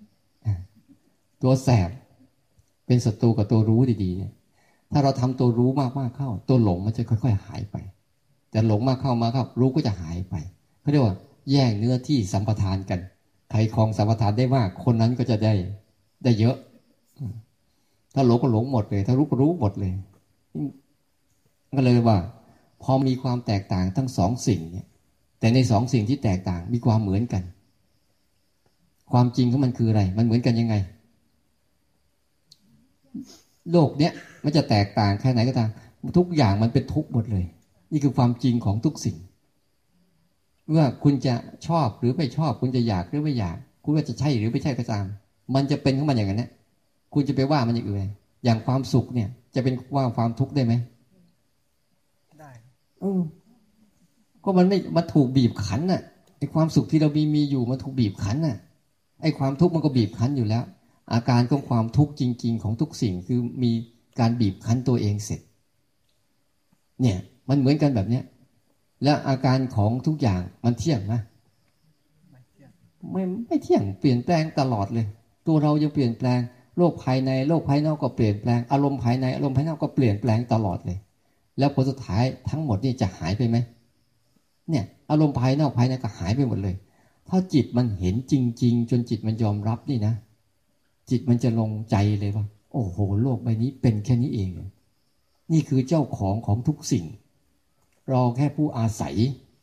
เป็นศัตรูกับตัวรู้ดีๆเนี่ยถ้าเราทำตัวรู้มากๆเข้าตัวหลงมันจะค่อยๆหายไปแต่หลงมากเข้ารู้ก็จะหายไปเขาเรียกว่าแย่งเนื้อที่สัมปทานกันใครครองสัมปทานได้มากคนนั้นก็จะได้เยอะถ้าหลงก็หลงหมดเลยถ้ารู้ก็รู้หมดเลยก็เลยว่าพอมีความแตกต่างทั้งสองสิ่งเนี่ยแต่ในสองสิ่งที่แตกต่างมีความเหมือนกันความจริงของมันคืออะไรมันเหมือนกันยังไงโลกเนี้ยมันจะแตกต่างแค่ไหนก็ตามทุกอย่างมันเป็นทุกข์หมดเลยนี่คือความจริงของทุกสิ่งว่าคุณจะชอบหรือไม่ชอบคุณจะอยากหรือไม่อยากคุณว่าจะใช่หรือไม่ใช่ก็ตามมันจะเป็นของมันอย่างนั้นนะคุณจะไปว่ามันอย่างอื่นอย่างความสุขเนี่ยจะเป็นว่าความทุกข์ได้ไหมได้ก็มันไม่มันถูกบีบคั้นน่ะไอ้ความสุขที่เรามีอยู่มันถูกบีบคั้นน่ะไอ้ความทุกข์มันก็บีบคั้นอยู่แล้วอาการของความทุกข์จริงๆของทุกสิ่งคือมีการบีบคั้นตัวเองเสร็จเนี่ยมันเหมือนกันแบบเนี้ยแล้วอาการของทุกอย่างมันเที่ยงไหมไม่เที่ยงเปลี่ยนแปลงตลอดเลยตัวเรายังเปลี่ยนแปลงโลกภายในโลกภายนอกก็เปลี่ยนแปลงอารมณ์ภายในอารมณ์ภายนอกก็เปลี่ยนแปลงตลอดเลยแล้วผลสุดท้ายทั้งหมดนี่จะหายไปไหมเนี่ยอารมณ์ภายนอกภายในก็หายไปหมดเลยถ้าจิตมันเห็นจริงๆจนจิตมันยอมรับนี่นะจิตมันจะลงใจเลยว่าโอ้โหโลกใบนี้เป็นแค่นี้เองนี่คือเจ้าของทุกสิ่งเราแค่ผู้อาศัย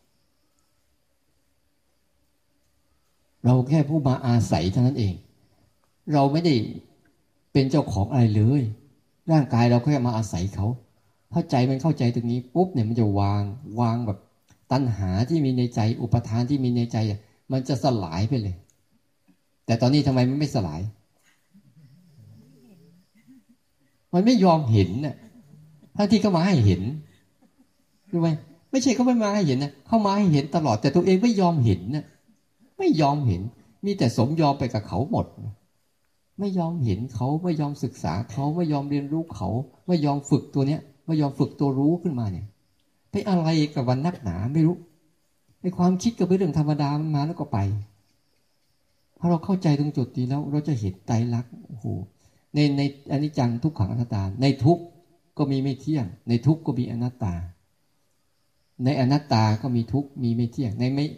เราแค่ผู้มาอาศัยเท่านั้นเองเราไม่ได้เป็นเจ้าของอะไรเลยร่างกายเราแค่มาอาศัยเขาถ้าใจมันเข้าใจตรงนี้ปุ๊บเนี่ยมันจะวางแบบตัณหาที่มีในใจอุปทานที่มีในใจมันจะสลายไปเลยแต่ตอนนี้ทำไมมันไม่สลายมันไม่ยอมเห็นน่ะทั้งที่เขามาให้เห็นรู้ไหมไม่ใช่เขาไม่มาให้เห็นนะเขามาให้เห็นตลอดแต่ตัวเองไม่ยอมเห็นน่ะไม่ยอมเห็นมีแต่สมยอมไปกับเขาหมดไม่ยอมเห็นเขาไม่ยอมศึกษาเขาไม่ยอมเรียนรู้เขาไม่ยอมฝึกตัวเนี้ยไม่ยอมฝึกตัวรู้ขึ้นมาเนี่ยไปอะไรกับวันนักหนาไม่รู้ในความคิดก็เป็นเรื่องธรรมดามันมาแล้วก็ไปพอเราเข้าใจตรงจุดนี้แล้วเราจะเห็นไตรลักษณ์โอ้โหในอนิจจังทุกขังอนัตตาในทุกข์ก็มีไม่เที่ยงในทุกข์ก็มีอนัตตาในอนัตตาก็มีทุกข์มีไม่เที่ยง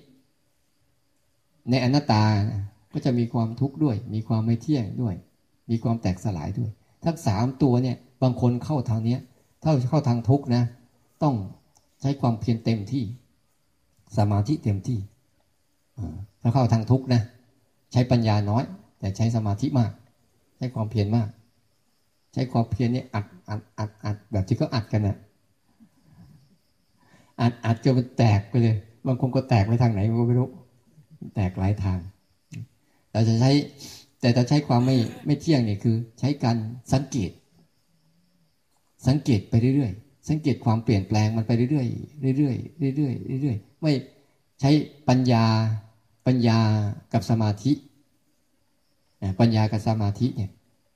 ในอนัตตาก็จะมีความทุกข์ด้วยมีความไม่เที่ยงด้วยมีความแตกสลายด้วยทั้งสามตัวเนี่ยบางคนเข้าทางเนี้ยถ้าเข้าทางทุกข์นะต้องใช้ความเพียรเต็มที่สมาธิเต็มที่ถ้าเข้าทางทุกข์นะใช้ปัญญาน้อยแต่ใช้สมาธิมากใช้ความเพียรมากใช้ความเพียรเนี่ยอัดแบบที่เขาอัดกันนะอัดจนมันแตกไปเลยบางคนก็แตกไปทางไหนก็ไม่รู้แตกหลายทางเราจะใช้แต่จะใช้ความไม่เที่ยงเนี่ยคือใช้การสังเกตไปเรื่อยๆสังเกตความเปลี่ยนแปลงมันไปเรื่อยๆเรื่อยๆเรื่อยๆเรื่อยๆไม่ใช้ปัญญากับสมาธิปัญญากับสมาธิเนี่ย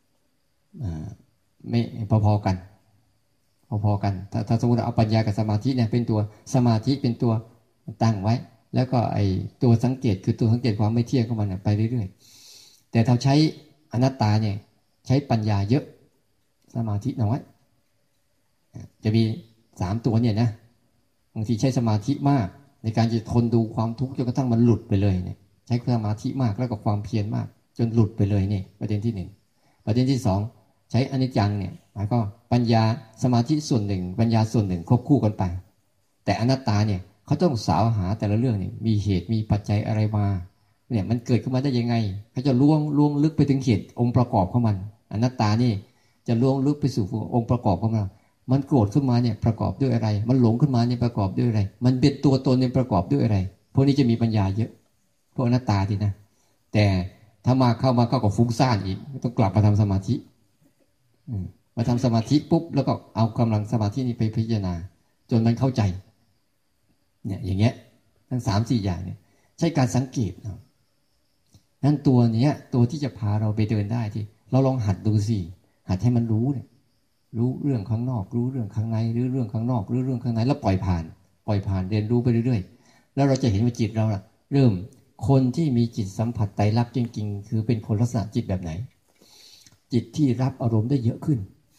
ไม่พอๆกันถ้าสมมติเอาปัญญากับสมาธิเนี่ยเป็นตัวสมาธิเป็นตัวตั้งไว้แล้วก็ไอตัวสังเกตคือตัวสังเกตความไม่เที่ยงของมันไปเรื่อยๆแต่ถ้าใช้อนัตตาเนี่ยใช้ปัญญาเยอะสมาธิน้อยจะมี3ตัวเนี่ยนะบางทีใช้สมาธิมากในการจะทนดูความทุกข์จนกระทั่งมันหลุดไปเลยเนี่ยใช้สมาธิมากแล้วก็ความเพียรมากจนหลุดไปเลยเนี่ยประเด็นที่1ประเด็นที่2ใช้อนิจจังเนี่ยหมายก็ปัญญาสมาธิส่วนหนึ่งปัญญาส่วนหนึ่งควบคู่กันไปแต่อนัตตาเนี่ยเขาต้องสาวหาแต่ละเรื่องนี่มีเหตุมีปัจจัยอะไรมาเนี่ยมันเกิดขึ้นมาได้ยังไงเขาจะล่วงลึกไปถึงเหตุองค์ประกอบของมันอนัตตานี่จะล่วงลึกไปสู่องค์ประกอบของมันโกรธขึ้นมาเนี่ยประกอบด้วยอะไรมันหลงขึ้นมาเนี่ยประกอบด้วยอะไรมันเป็นตัวตนเนี่ยประกอบด้วยอะไรพวกนี้จะมีปัญญาเยอะพวกอนัตตาดีนะแต่ถ้าเข้ามาก็ฟุ้งซ่านอีกต้องกลับมาทำสมาธิมาทำสมาธิปุ๊บแล้วก็เอากำลังสมาธินี้ไปพิจารณาจนมันเข้าใจเนี่ยอย่างเงี้ยทั้ง3-4อย่างเนี่ยใช้การสังเกตนั่นตัวเนี้ยตัวที่จะพาเราไปเดินได้ที่เราลองหัดดูสิหัดให้มันรู้เนี่ยรู้เรื่องข้างนอกรู้เรื่องข้างในหรือเรื่องข้างนอกหรือเรื่องข้างในแล้วปล่อยผ่านเรียนรู้ไปเรื่อยๆแล้วเราจะเห็นว่าจิตเราเริ่มคนที่มีจิตสัมผัสไตรลักษณ์จริงๆคือเป็นคนลักษณะจิตแบบไหนจิตที่รับอารมณ์ได้เยอะขึ้น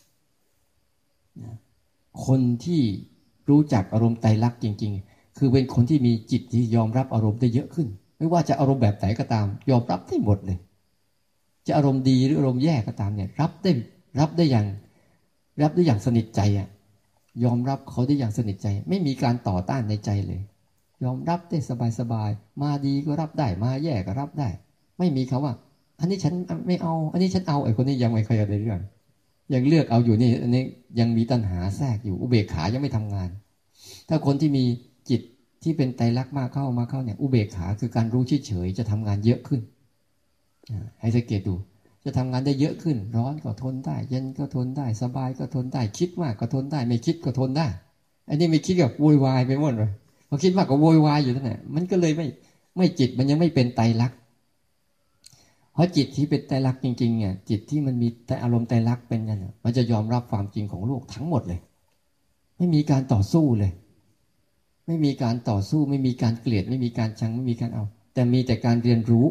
คนที่รู้จักอารมณ์ไตรลักษณ์จริงๆคือเป็นคนที่มีจิตที่ยอมรับอารมณ์ได้เยอะขึ้นไม่ว่าจะอารมณ์แบบไหนก็ตามยอมรับได้หมดเลยจะอารมณ์ดีหรืออารมณ์แย่ก็ตามเนี่ยรับได้อย่างสนิทใจยอมรับเขาได้อย่างสนิทใจไม่มีการต่อต้านในใจเลยยอมรับได้สบายๆมาดีก็รับได้มาแย่ก็รับได้ไม่มีคำว่าอันนี้ฉันไม่เอาอันนี้ฉันเอาไอ้คนนี้ยังไม่เคยได้เรื่องยังเลือกเอาอยู่นี่อันนี้ยังมีตัณหาแทรกอยู่อุเบกขายังไม่ทำงานถ้าคนที่มีจิตที่เป็นไตรลักษณ์มากเข้าเนี่ยอุเบกขาคือการรู้เฉยๆจะทำงานเยอะขึ้นให้สังเกตดูจะทำงานได้เยอะขึ้นร้อนก็ทนได้เย็นก็ทนได้สบายก็ทนได้คิดมากก็ทนได้ไม่คิดก็ทนได้อันนี้ไม่คิดกับโวยวายไปหมดเลยพอคิดมากก็โวยวายอยู่นั่นแหละมันก็เลยไม่จิตมันยังไม่เป็นไตรลักษณ์เพราะจิตที่เป็นไตรลักษณ์จริงๆเนี่ยจิตที่มันมีแต่อารมณ์ไตรลักษณ์เป็นกันมันจะยอมรับความจริงของโลกทั้งหมดเลยไม่มีการต่อสู้เลยไม่มีการต่อสู้ไม่มีการเกลียดไม่มีการชังไม่มีการเอาแต่มีแต่การเรียนรู้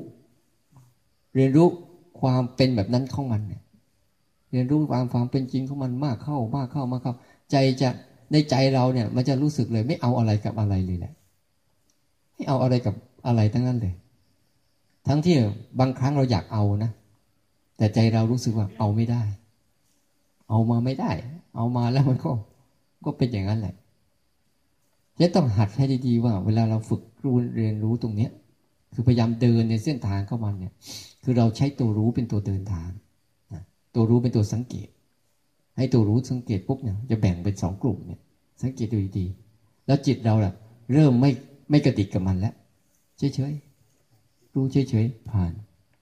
ความเป็นแบบนั้นของมันเนี่ยเรียนรู้ความเป็นจริงของมันมากเข้าใจจะในใจเราเนี่ยมันจะรู้สึกเลยไม่เอาอะไรกับอะไรเลยแหละไม่เอาอะไรกับอะไรทั้งนั้นเลยทั้งที่บางครั้งเราอยากเอานะแต่ใจเรารู้สึกว่าเอาไม่ได้เอามาไม่ได้เอามาแล้วมันก็เป็นอย่างนั้นแหละจะต้องหัดให้ดีๆว่าเวลาเราฝึกเรียนรู้ตรงเนี้ยคือพยายามเดินในเส้นทางเข้ามันเนี่ยคือเราใช้ตัวรู้เป็นตัวเดินทางตัวรู้เป็นตัวสังเกตให้ตัวรู้สังเกตปุ๊บเนี่ยจะแบ่งเป็น2 กลุ่มเนี่ยสังเกตดูดีๆแล้วจิตเราเริ่มไม่กระดิกกับมันแล้วเฉยๆรู้เฉยๆผ่าน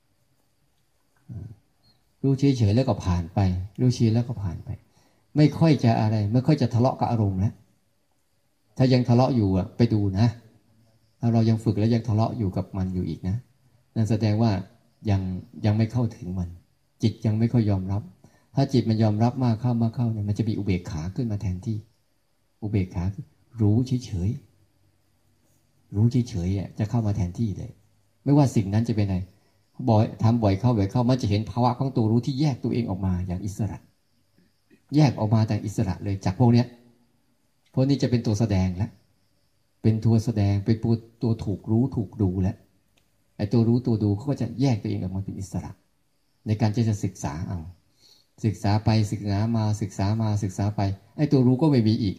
รู้เฉยๆแล้วก็ผ่านไปรู้เฉยแล้วก็ผ่านไปไม่ค่อยจะอะไรไม่ค่อยจะทะเลาะกับอารมณ์แล้วถ้ายังทะเลาะอยู่ไปดูนะถ้าเรายังฝึกแล้วยังทะเลาะอยู่กับมันอยู่อีกนะนั่นแสดงว่ายังไม่เข้าถึงมันจิตยังไม่ค่อยยอมรับถ้าจิตมันยอมรับมากเข้าเนี่ยมันจะมีอุเบกขาขึ้นมาแทนที่อุเบกขารู้เฉยจะเข้ามาแทนที่เลยไม่ว่าสิ่งนั้นจะเป็นอะไรทำบ่อยเข้ามันจะเห็นภาวะของตัวรู้ที่แยกตัวเองออกมาอย่างอิสระแยกออกมาแต่อิสระเลยจากพวกนี้จะเป็นตัวแสดงแล้วเป็นตัวแสดงเป็นตัวถูกรู้ถูกดูแล้วไอ้ตัวรู้ตัวดูเขาก็จะแยกตัวเองออกมาเป็นอิสระในการจะศึกษาเอาศึกษาไปศึกษามาศึกษาไปไอ้ตัวรู้ก็ไม่มีอีก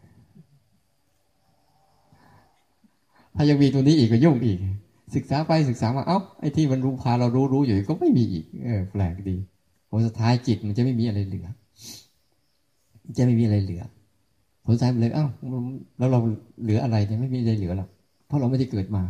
ถ้ายังมีตัวนี้อีกก็ยุ่งอีกศึกษาไปศึกษามาเอ้าไอ้ที่มันรู้พาเรารู้อยู่ก็ไม่มีอีกแปลกดีผลสุดท้ายจิตมันจะไม่มีอะไรเหลือจะไม่มีอะไรเหลือผลสุดท้ายมันเลยเอ้าแล้วเราเหลืออะไรเนี่ยไม่มีอะไรเหลือหรอกเพราะเราไม่ได้เกิดมา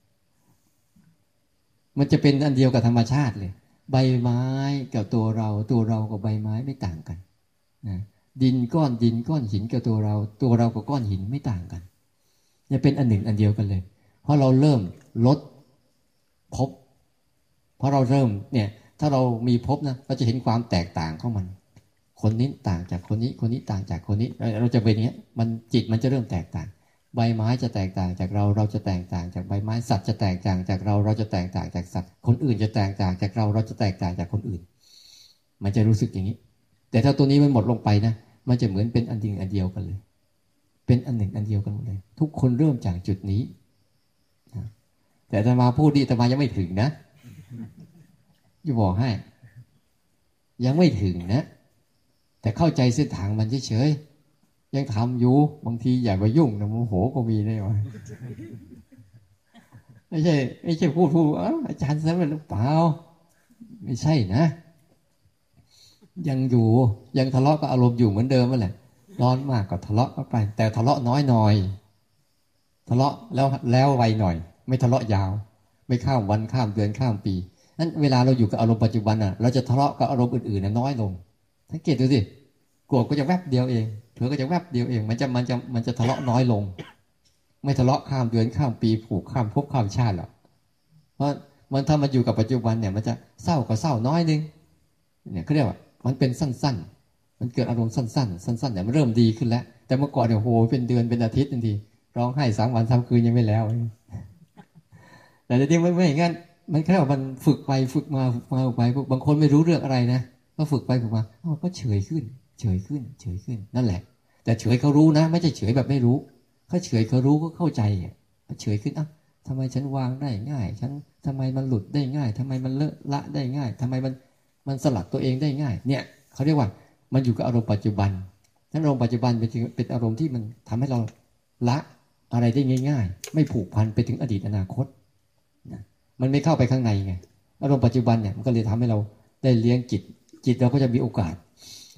มันจะเป็นอันเดียวกับธรรมชาติเลยใบไม้กับตัวเรากับใบไม้ไม่ต่างกันนะดินก้อนหินกับตัวเรากับก้อนหินไม่ต่างกันจะเป็นอันหนึ่งอันเดียวกันเลยเพราะเราเริ่มลดภพเพราะเราเริ่มเนี่ยถ้าเรามีภพนะเราจะเห็นความแตกต่างของมันคนนี้ต่างจากคนนี้ต่างจากคนนี้เราจะเป็นอย่างนี้มันจิตมันจะเริ่มแตกต่างใบไม้จะแตกต่างจากเราจะแตกต่างจากใบไม้สัตว์จะแตกต่างจากเราจะแตกต่างจากสัตว์คนอื่นจะแตกต่างจากเราจะแตกต่างจากคนอื่นมันจะรู้สึกอย่างนี้แต่ถ้าตัวนี้มันหมดลงไปนะมันจะเหมือนเป็นอันหนึ่งอันเดียวกันเลยเป็นอันหนึ่งอันเดียวกันหมดเลยทุกคนเริ่มจากจุดนี้แต่อาตมาพูดดิอาตมายังไม่ถึงนะจะบอกให้ยังไม่ถึงนะแต่เข้าใจเส้นทางมันเฉยๆยังทำอยู่บางทีอย่าไปยุ่งนะโมโหก็มีได้วะไม่ใช่พูดอาจารย์สันเป็นหรือเปล่าไม่ใช่นะยังอยู่ยังทะเลาะกับอารมณ์อยู่เหมือนเดิมนั่นแหละร้อนมากก็ทะเลาะก็ไปแต่ทะเลาะน้อยหน่อยทะเลาะแล้วไวหน่อยไม่ทะเลาะยาวไม่ข้ามวันข้ามเดือนข้ามปีนั้นเวลาเราอยู่กับอารมณ์ปัจจุบันเราจะทะเลาะกับอารมณ์อื่นๆน้อยลงสังเกตดูสิโกรธก็จะแวบเดียวเองเผลอก็จะแวบเดียวเองมันจะทะเลาะน้อยลงไม่ทะเลาะข้ามเดือนข้ามปีผูกข้ามภพข้ามชาติหรอกเพราะมันถ้ามันอยู่กับปัจจุบันเนี่ยมันจะเศร้าก็เศร้าน้อยนึงเนี่ยเขาเรียกว่ามันเป็นสั้นๆมันเกิดอารมณ์สั้นๆเนี่ยมันเริ่มดีขึ้นแล้วแต่เมื่อก่อนเนี่ยโหเป็นเดือนเป็นอาทิตย์ทันทีร้องไห้3 วัน3 คืนยังไม่แล้วแต่จริงๆไม่อย่างนั้นมันแค่ว่ามันฝึกไปฝึกมาบางคนไม่รู้เรื่องอะไรนะก็ฝึกไปฝึกมาก็เฉยขึ้นนั่นแหละแต่เฉยเขารู้นะไม่ใช่เฉยแบบไม่รู้เขาเฉยเขารู้ก็เข้าใจเฉยขึ้นทำไมฉันวางได้ง่ายฉันทำไมมันหลุดได้ง่ายทำไมมันละได้ง่ายทำไมมันสลัดตัวเองได้ง่ายเนี่ยเขาเรียกว่ามันอยู่กับอารมณ์ปัจจุบันนั้นอารมณ์ปัจจุบันเป็นอารมณ์ที่มันทำให้เราละอะไรได้ง่ายๆไม่ผูกพันไปถึงอดีตอนาคตนะมันไม่เข้าไปข้างในไงอารมณ์ปัจจุบันเนี่ยมันก็เลยทำให้เราได้เลี้ยงจิตเราก็จะมีโอกาส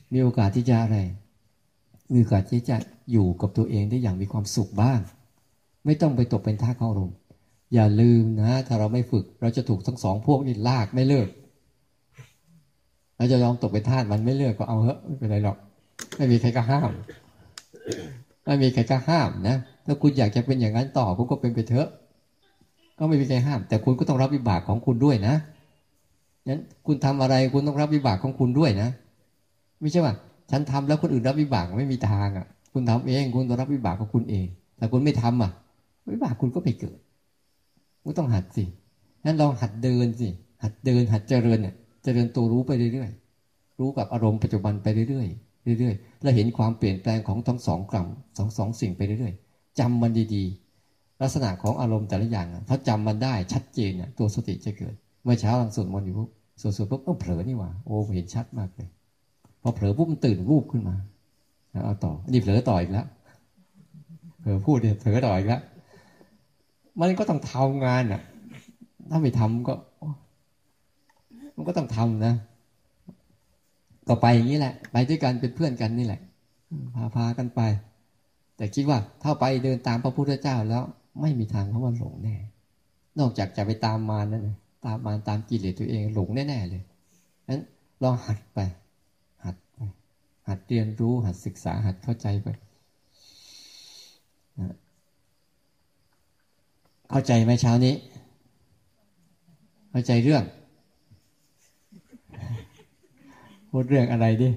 มีโอกาสที่จะอะไรมีโอกาสที่จะอยู่กับตัวเองได้อย่างมีความสุขบ้างไม่ต้องไปตกเป็นทาสของอารมณ์อย่าลืมนะถ้าเราไม่ฝึกเราจะถูกทั้งสองพวกนี้ลากไม่เลิกเราจะลองตกเป็นทาสมันไม่เลิกก็เอาเหอะไม่เป็นไรหรอกไม่มีใครก็ห้ามไม่มีใครก็ห้ามนะถ้าคุณอยากจะเป็นอย่างนั้นต่อคุณก็เป็นไปเถอะก็ไม่มีใครห้ามแต่คุณก็ต้องรับวิบากของคุณด้วยนะงั้นคุณทำอะไรคุณต้องรับวิบากของคุณด้วยนะไม่ใช่ว่าฉันทำแล้วคนอื่นรับวิบากไม่มีทางอ่ะคุณทำเองคุณต้องรับวิบากของคุณเองแต่คุณไม่ทำอ่ะวิบากคุณก็ไม่เกิดคุณต้องหัดสิงั้นลองหัดเดินสิหัดเดินหัดเจริญเนี่ยเจริญตัวรู้ไปเรื่อยๆรู้กับอารมณ์ปัจจุบันไปเรื่อยๆเรื่อยๆแล้วเห็นความเปลี่ยนแปลงของทั้งสองกรรมสองสิ่งไปเรื่อยๆจำมันดีๆลักษณะของอารมณ์แต่ละอย่างถ้าจำมันได้ชัดเจนเนี่ยตัวสติจะเกิดเมื่อเช้าหลังสวดมนต์อยู่ปุ๊บสวดปุ๊บต้องเผลอนี่หว่าโอ้เห็นชัดมากเลยพอเผลอปุ๊บมันตื่นวูบขึ้นมาเอาต่อนี่เผลอต่ออีกแล้วเผลอพูดเนี่ยเผลอต่ออีกแล้วมันก็ต้องทำงานอ่ะถ้าไม่ทำก็มันก็ต้องทำนะก็ไปอย่างนี้แหละไปด้วยกันเป็นเพื่อนกันนี่แหละพากันไปแต่คิดว่าถ้าไปเดินตามพระพุทธเจ้าแล้วไม่มีทางเขาว่าหลงแน่นอกจากจะไปตามมารนั่นนะตามมารตามกิเลสตัวเองหลงแน่ๆเลยงั้นลองหัดไปหัดเรียนรู้หัดศึกษาหัดเข้าใจไปเข้าใจไหมเช้านี้เข้าใจเรื่องพูดเรื่องอะไรดิ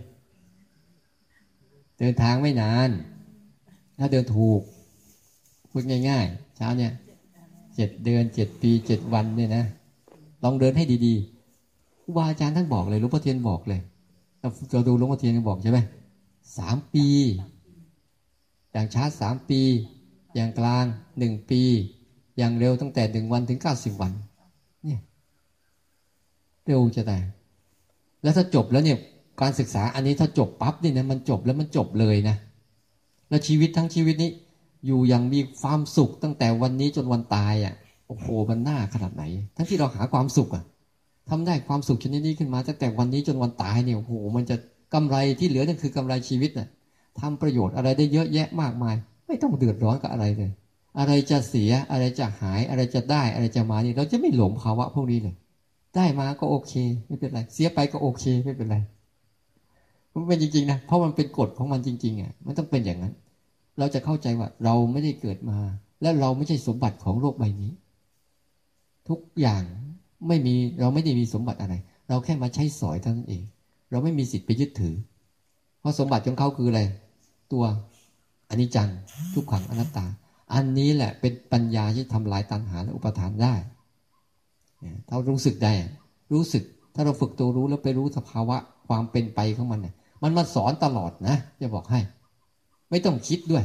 เดินทางไม่นานถ้าเดินถูกพูดง่ายๆเช้าเนี่ย7 เดือน7 ปี7 วันเนี่ยนะลองเดินให้ดีๆครูบาอาจารย์ท่านบอกเลยหลวงพ่อเทียนบอกเลยเราดูหลวงพ่อเทียนบอกใช่ไหม3 ปีอย่างช้า3 ปีอย่างกลาง1 ปีอย่างเร็วตั้งแต่1 วันถึง90 วันเนี่ยเร็วจะตายแล้วถ้าจบแล้วเนี่ยการศึกษาอันนี้ถ้าจบปั๊บเนี่ยนะมันจบแล้วมันจบเลยนะแล้วชีวิตทั้งชีวิตนี้อยู่อย่างมีความสุขตั้งแต่วันนี้จนวันตายอ่ะโอ้โหมันน่าขนาดไหนทั้งที่เราหาความสุขอ่ะทำได้ความสุขชนิดนี้ขึ้นมาตั้งแต่วันนี้จนวันตายเนี่ยโอ้โหมันจะกำไรที่เหลือนั่นคือกำไรชีวิตน่ะทำประโยชน์อะไรได้เยอะแยะมากมายไม่ต้องเดือดร้อนกับอะไรเลยอะไรจะเสียอะไรจะหายอะไรจะได้อะไรจะมานี่เราจะไม่หลงภาวะพวกนี้เลยได้มาก็โอเคไม่เป็นไรเสียไปก็โอเคไม่เป็นไรมันเป็นจริงๆนะเพราะมันเป็นกฎของมันจริงๆอ่ะมันต้องเป็นอย่างนั้นเราจะเข้าใจว่าเราไม่ได้เกิดมาและเราไม่ใช่สมบัติของโลกใบนี้ทุกอย่างไม่มีเราไม่ได้มีสมบัติอะไรเราแค่มาใช้สอยเท่านั้นเองเราไม่มีสิทธิ์ไปยึดถือเพราะสมบัติของเขาคืออะไรตัวอนิจจังทุกขังอนัตตาอันนี้แหละเป็นปัญญาที่ทำลายตัณหาและอุปาทานได้ถ้ารู้สึกได้รู้สึกถ้าเราฝึกตัวรู้แล้วไปรู้สภาวะความเป็นไปของมันเนี่ยมันมาสอนตลอดนะจะบอกให้ไม่ต้องคิดด้วย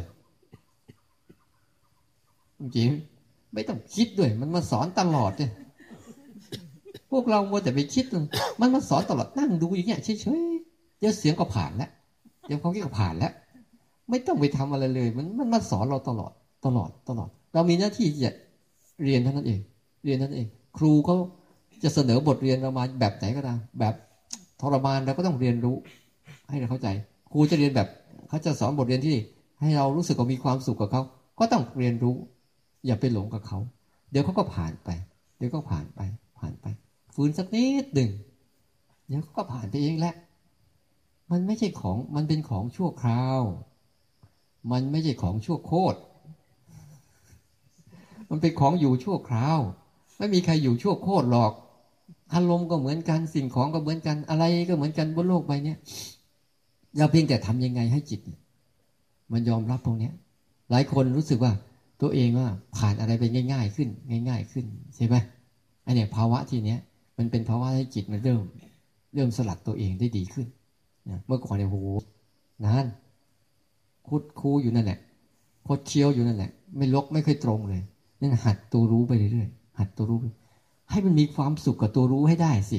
จริงไม่ต้องคิดด้วยมันมาสอนตลอดเนี่ยพวกเรามัวแต่ไปคิดมันมาสอนตลอดนั่งดูอย่างเงี้ยเฉยๆเดี๋ยวเสียงก็ผ่านแล้วเดี๋ยวความคิดก็ผ่านแล้วไม่ต้องไปทำอะไรเลยมันมาสอนเราตลอดเรามีหน้าที่จะเรียนเท่านั้นเองเรียนเท่านั้นเองครูเขาจะเสนอบทเรียนเรามาแบบไหนก็ตามแบบทรมานเราก็ต้องเรียนรู้ให้เราเข้าใจครูจะเรียนแบบเขาจะสอนบทเรียนที่ให้เรารู้สึกว่ามีความสุขกับเขาก็ต้องเรียนรู้อย่าไปหลงกับเขาเดี๋ยวเขาก็ผ่านไปเดี๋ยวก็ผ่านไปฝืนสักนิดหนึ่งเดี๋ยวเขาก็ผ่านไปเองแหละมันไม่ใช่ของมันเป็นของชั่วคราวมันไม่ใช่ของชั่วโคตรมันเป็นของอยู่ชั่วคราวไม่มีใครอยู่ชั่วโคตรหรอกอารมณ์ก็เหมือนกันสิ่งของก็เหมือนกันอะไรก็เหมือนกันบนโลกใบนี้เราเพียงแต่ทำยังไงให้จิตมันยอมรับตรงนี้หลายคนรู้สึกว่าตัวเองว่าผ่านอะไรไปง่ายๆขึ้นใช่ไหมอันเนี้ยภาวะที่เนี้ยมันเป็นภาวะให้จิตมันเริ่มสลัดตัวเองได้ดีขึ้นเมื่อก่อนเนี่ยโหนานคุดคูอยู่นั่นแหละคดเคี้ยวอยู่นั่นแหละไม่ลกไม่ค่อยตรงเลยนั่นหัดตัวรู้ไปเรื่อยๆหัดตัวรู้ให้มันมีความสุขกับตัวรู้ให้ได้สิ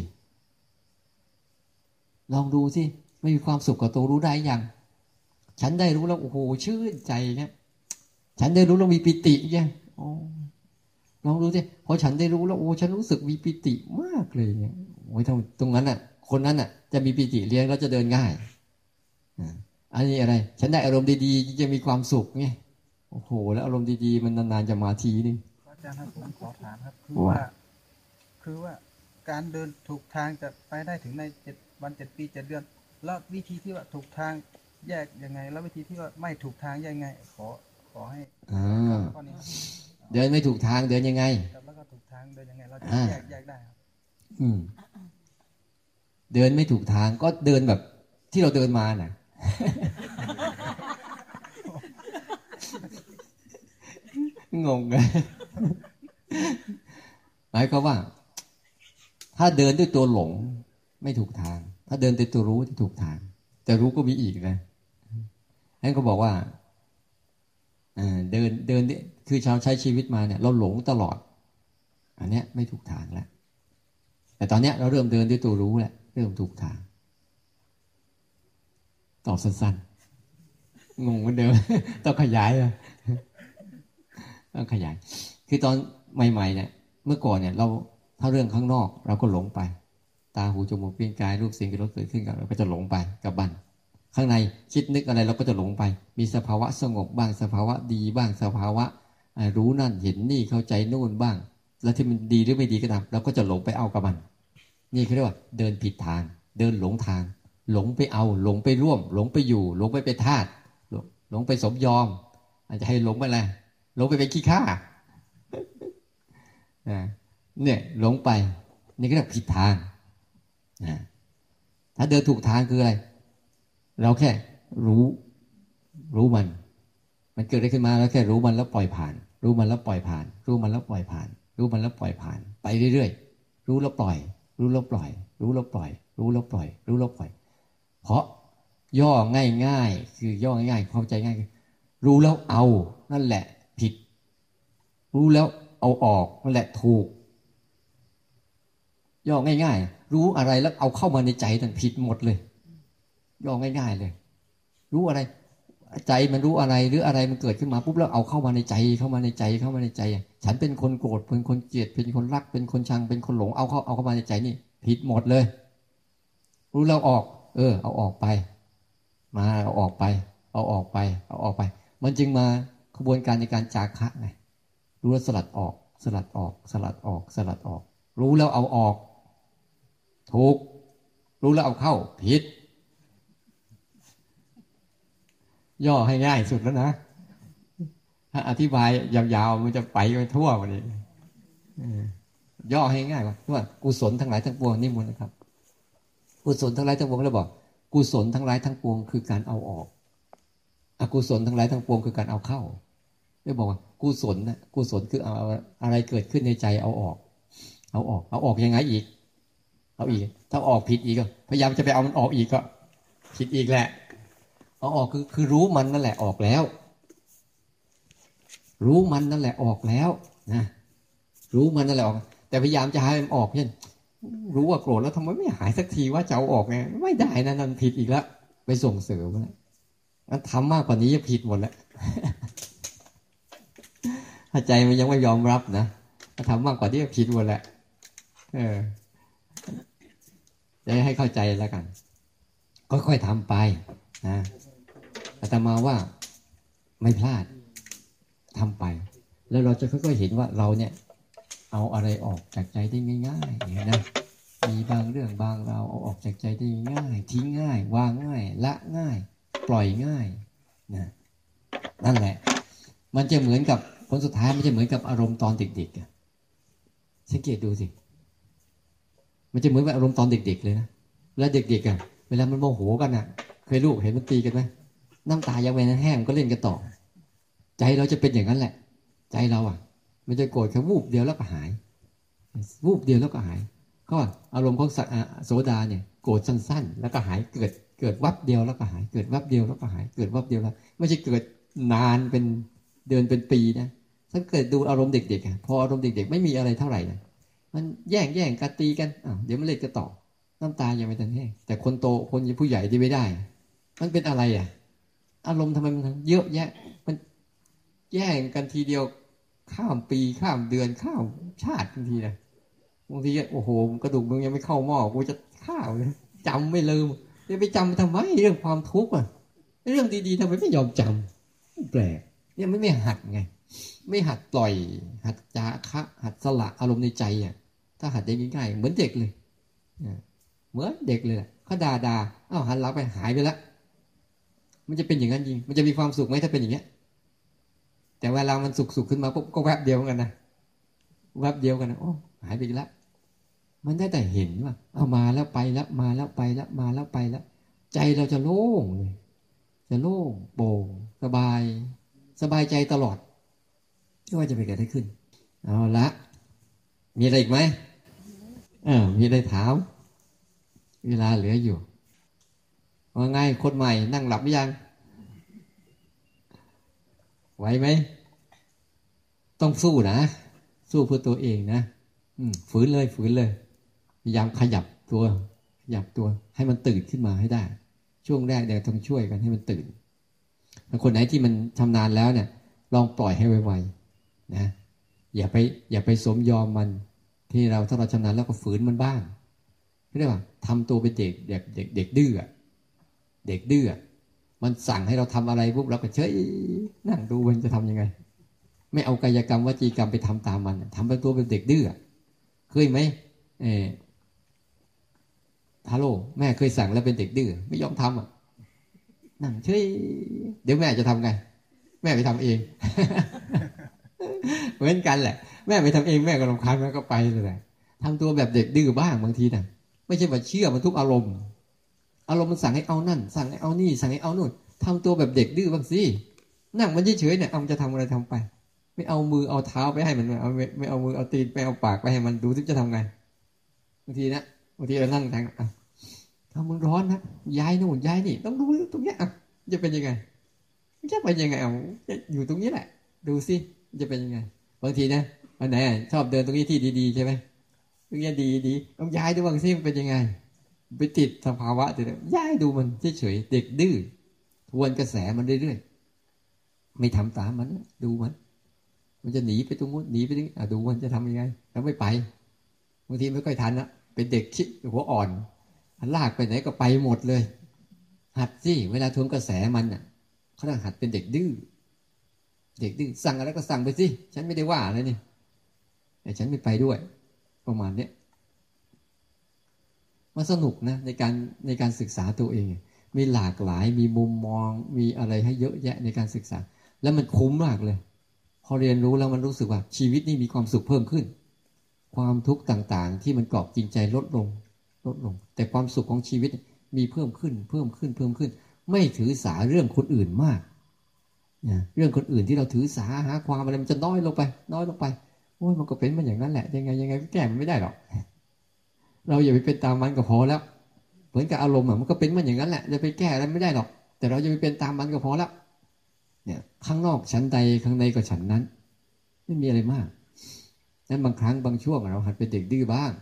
ลองดูสิไม่มีความสุขกับตัวรู้ได้ยังฉันได้รู้แล้วโอ้โหชื่นใจเนี่ยฉันได้รู้แล้วมีปิติเนี่ยลองดูสิพอฉันได้รู้แล้วโอ้ฉันรู้สึกมีปิติมากเลยเนี่ยโอ้ยตรงนั้นน่ะคนนั้นน่ะจะมีปิติเรียนแล้วจะเดินง่ายอันนี้อะไรฉันได้อารมณ์ดีๆจะมีความสุขไงโอ้โหแล้วอารมณ์ดีๆมันนานๆจะมาทีนึงอาจารย์ครับผมขอถามครับคือว่าการเดินถูกทางจะไปได้ถึงใน7 วัน 7 ปี 7 เดือนแล้ววิธีที่ว่าถูกทางแยกยังไงแล้ววิธีที่ว่าไม่ถูกทางแยกยังไงขอให้ข้อนี้เดินไม่ถูกทางเดินยังไงแล้วก็ถูกทางเดินยังไงเราจะแยกได้ครับเดินไม่ถูกทางก็เดินแบบที่เราเดินมาน่ะ งงเลยหมายความว่าถ้าเดินด้วยตัวหลงไม่ถูกทางถ้าเดินด้วยตัวรู้ที่ถูกทางแต่รู้ก็มีอีกนะนั่นก็บอกว่าเดินคือชาวใช้ชีวิตมาเนี่ยเราหลงตลอดอันเนี้ยไม่ถูกทางแล้วแต่ตอนเนี้ยเราเริ่มเดินด้วยตัวรู้แล้วเริ่มถูกทางตอบสั้นๆงงเหมือนเดิม ต้องขยายอ่ะต้องขยายคือตอนใหม่ๆเนี่ยเมื่อก่อนเนี่ยเราถ้าเรื่องข้างนอกเราก็หลงไปตาหูจมูกลิ้นกายรูปเสียงกลิ่นรสเกิดขึ้นกับเราก็จะหลงไปกับบันข้างในคิดนึกอะไรเราก็จะหลงไปมีสภาวะสงบบ้างสภาวะดีบ้างสภาวะรู้นั่นเห็นนี่เข้าใจนู่นบ้างแล้วที่มันดีหรือไม่ดีก็ตามเราก็จะหลงไปเอากับมันนี่เขาเรียกว่าเดินผิดทางเดินหลงทางหลงไปเอาหลงไปร่วมหลงไปอยู่หลงไปเป็นทาสหลงไปสมยอมอาจจะให้หลงไปอะไรหลงไปเป็นขี้ข้าเนี่ยหลงไปนี่ก็เรียกผิดทางถ้าเดินถูกทางคืออะไรเราแค่รู้มันเกิดอะไรขึ้นมาแล้วแค่รู้มันแล้วปล่อยผ่านรู้มันแล้วปล่อยผ่านรู้มันแล้วปล่อยผ่านรู้มันแล้วปล่อยผ่านไปเรื่อยๆรู้แล้วปล่อยรู้แล้วปล่อยรู้แล้วปล่อยรู้แล้วปล่อยรู้แล้วปล่อยเพราะย่อง่ายๆคือย่อง่ายๆเข้าใจง่ายรู้แล้วเอานั่นแหละผิดรู้แล้วเอาออกนั่นแหละถูกย่อง่ายๆรู้อะไรแล้วเอาเข้ามาในใจนั่นผิดหมดเลยย่อง่ายๆเลยรู้อะไรใจมันรู้อะไรหรืออะไรมันเกิดขึ้นมาปุ๊บแล้วเอาเข้ามาในใจเข้ามาในใจเข้ามาในใจฉันเป็นคนโกรธเป็นคนเกลียดเป็นคนรักเป็นคนชังเป็นคนหลงเอาเข้ามาในใจนี่ผิดหมดเลยรู้แล้วออกเอาออกไปมาเอาออกไปเอาออกไปเอาออกไปมันจึงมาขบวนการในการจาคะไงรู้แล้วสลัดออกสลัดออกสลัดออกสลัดออกรู้แล้วเอาออกถูกรู้แล้วเอาเข้าผิดย่อให้ง่ายสุดแล้วนะถ้าอธิบายยาวๆมันจะไปทั่ววันนี้ย่อให้ง่ายว่ากุศลทั้งหลายทั้งปวงนี่มูลนะครับกุศลทั้งหลายทั้งปวงแล้วบอกกุศลทั้งหลายทั้งปวงคือการเอาออกอกุศลทั้งหลายทั้งปวงคือการเอาเข้าไม่บอกว่ากุศลนะกุศลคือเอาอะไรเกิดขึ้นในใจเอาออกเอาออกยังไงอีกเอาอีกถ้าออกผิดอีกก็พยายามจะไปเอามันออกอีกก็ผิดอีกแหละเอาออกคือรู้มันนั่นแหละออกแล้วรู้มันนั่นแหละออกแล้วนะรู้มันนั่นแหละออกแต่พยายามจะให้มันออกเช่นรู้ว่าโกรธแล้วทำไมไม่หายสักทีว่าจะเอาออกไงไม่ได้นะนั่นผิดอีกแล้วไปส่งเสริมแล้วงั้นทำมากกว่านี้จะผิดหมดแล้วถ้าใจมันยังไม่ยอมรับนะถ้าทำมากกว่านี้จะผิดหมดแหละจะให้เข้าใจแล้วกันค่อยๆทำไปนะอาตมาว่าไม่พลาดทำไปแล้วเราจะค่อยๆเห็นว่าเราเนี่ยเอาอะไรออกจากใจได้ง่ายๆอย่างนี้นะมีบางเรื่องบางเราเอาออกจากใจได้ง่ายทิ้งง่ายวางง่ายละง่ายปล่อยง่ายนะนั่นแหละมันจะเหมือนกับผลสุดท้ายมันจะเหมือนกับอารมณ์ตอนเด็กๆสังเกตดูสิมันจะเหมือนกับอารมณ์ตอนเด็กๆเลยนะแล้วเด็กๆเวลามันโมโหกันเคยลูกเห็นมันตีกันไหมน้ำตายังไม่แห้งก็เล่นกันต่อใจเราจะเป็นอย่างนั้นแหละใจเรามันจะโกรธแค่วูบเดียวแล้วก็หายวูบเดียวแล้วก็หายก็อารมณ์ของโสดาเนี่ยโกรธสั้นๆแล้วก็หายเกิดวับเดียวแล้วก็หายเกิดวับเดียวแล้วก็หายเกิดวับเดียวแล้วไม่ใช่เกิดนานเป็นเดือนเป็นปีนะถ้าเกิดดูอารมณ์เด็กๆพออารมณ์เด็กๆไม่มีอะไรเท่าไหร่นะมันแย่งกันตีกันเดี๋ยวมันเล่นกันต่อน้ำตายังไม่ทันแห้งแต่คนโตคนผู้ใหญ่ที่ไม่ได้มันเป็นอะไรอารมณ์ทำไมมันเยอะแยะมันแย่งกันทีเดียวข้ามปีข้ามเดือนข้ามชาติบางทีนะบางทีโอ้โหกระดูกมึงยังไม่เข้าหม้อกูจะข้าวเลยจำไม่ลืมจะไปจำทำไมเรื่องความทุกข์อ่ะเรื่องดีๆทำไมไม่ยอมจำแปลกเนี่ยไม่หัดไงไม่หัดปล่อยหัดจาคะหัดสละอารมณ์ในใจอ่ะถ้าหัดได้ง่ายๆเหมือนเด็กเลยเหมือนเด็กเลยเขาด่าอ้าวหันหลังไปหายไปแล้วมันจะเป็นอย่างนั้นจริงมันจะมีความสุขไหมถ้าเป็นอย่างเงี้ยแต่เวลามันสุขขึ้นมาปุ๊บก็แวบเดียวกันนะแวบเดียวกันนะโอ้หายไปแล้วมันได้แต่เห็นว่าเอามาแล้วไปแล้วมาแล้วไปแล้วมาแล้วไปแล้วใจเราจะโล่งเลยจะโล่งโปร่งสบายใจตลอดไม่ว่าจะไปเกิดอะไรขึ้นเอาละมีอะไรอีกไหมมีอะไรถามเวลาเหลืออยู่ว่าไงคนใหม่นั่งหลับหรือยังไหวไหมต้องสู้นะสู้เพื่อตัวเองนะฝืนเลยพยายามขยับตัวให้มันตื่นขึ้นมาให้ได้ช่วงแรกเดี๋ยวต้องช่วยกันให้มันตื่นถ้าคนไหนที่มันชำนาญแล้วเนี่ยลองปล่อยให้ไวๆนะอย่าไปสมยอมมันที่เราถ้าเราชำนาญแล้วก็ฝืนมันบ้างเรียกว่าทำตัวเป็นเด็กดื้อเด็กดื้อมันสั่งให้เราทำอะไรปุ๊บเราก็เฉยนั่งดูมันจะทำยังไงไม่เอากายกรรมวจีกรรมไปทำตามมันทำเป็นตัวเป็นเด็กดื้อเคยไหมฮัลโหลแม่เคยสั่งแล้วเป็นเด็กดื้อไม่ยอมทำนั่งเฉยเดี๋ยวแม่จะทำไงแม่ไปทำเอง เหมือนกันแหละแม่ไปทำเองแม่ก็รำคาญแม่ก็ไปเลยทำตัวแบบเด็กดื้อบ้างบางทีนะไม่ใช่ว่าเชื่อมันทุกอารมณ์มันสั่งให้เอานั่นสั่งให้เอานี่สั่งให้เอานู่นทำตัวแบบเด็กดื้อบ้างสินั่งมันเฉยๆเนี่ยเอามันจะทำอะไรทำไปไม่เอามือเอาเท้าไปให้มันไม่เอามือเอาตีนไปเอาปากไปให้มันดูที่จะทำไงบางทีเรานั่งทางถ้ามึงร้อนนะย้ายนู่นย้ายนี่ต้องดูตรงเนี้ยจะเป็นยังไงจะเป็นยังไงอยู่ตรงนี้แหละดูสิจะเป็นยังไงบางทีนะวันไหนชอบเดินตรงนี้ที่ดีๆใช่ไหมตรงนี้ดีต้องย้ายดูบางสิมันเป็นยังไงไปติดสภาวะติดย้ายดูมันเฉยๆเด็กดื้อทวนกระแสมันเรื่อยๆไม่ทำตามมันดูมันจะหนีไปตรงนู้นหนีไปตรงนี้ดูมันจะทำยังไงแล้วไม่ไปบางทีไม่ค่อยทันนะเป็นเด็กคิดหัวอ่อนลากไปไหนก็ไปหมดเลยหัดสิเวลาทวนกระแสมันเขาต้องหัดเป็นเด็กดื้อสั่งอะไรก็สั่งไปสิฉันไม่ได้ว่าอะไรนี่แต่ฉันไม่ไปด้วยประมาณนี้มันสนุกนะในการศึกษาตัวเองมีหลากหลายมีมุมมองมีอะไรให้เยอะแยะในการศึกษาแล้วมันคุ้มมากเลยพอเรียนรู้แล้วมันรู้สึกว่าชีวิตนี่มีความสุขเพิ่มขึ้นความทุกข์ต่างๆที่มันเกาะกินใจลดลงแต่ความสุขของชีวิตมีเพิ่มขึ้นไม่ถือสาเรื่องคนอื่นมากเรื่องคนอื่นที่เราถือสาหาความอะไรมันจะน้อยลงไปโอ้ยมันก็เป็นมันอย่างนั้นแหละยังไงแก้มันไม่ได้หรอกเราอย่าไปเป็นตามมันก็พอแล้วเหมือนกับอารมณ์มันก็เป็นมันอย่างนั้นแหละจะไปแก้อะไรไม่ได้หรอกแต่เราจะไปเป็นตามมันก็พอแล้วเนี่ยข้างนอกฉันใดข้างในก็ฉันนั้นไม่มีอะไรมากนั้นบางครั้งบางช่วงเราหัดเป็นเด็กดื้อบ้าง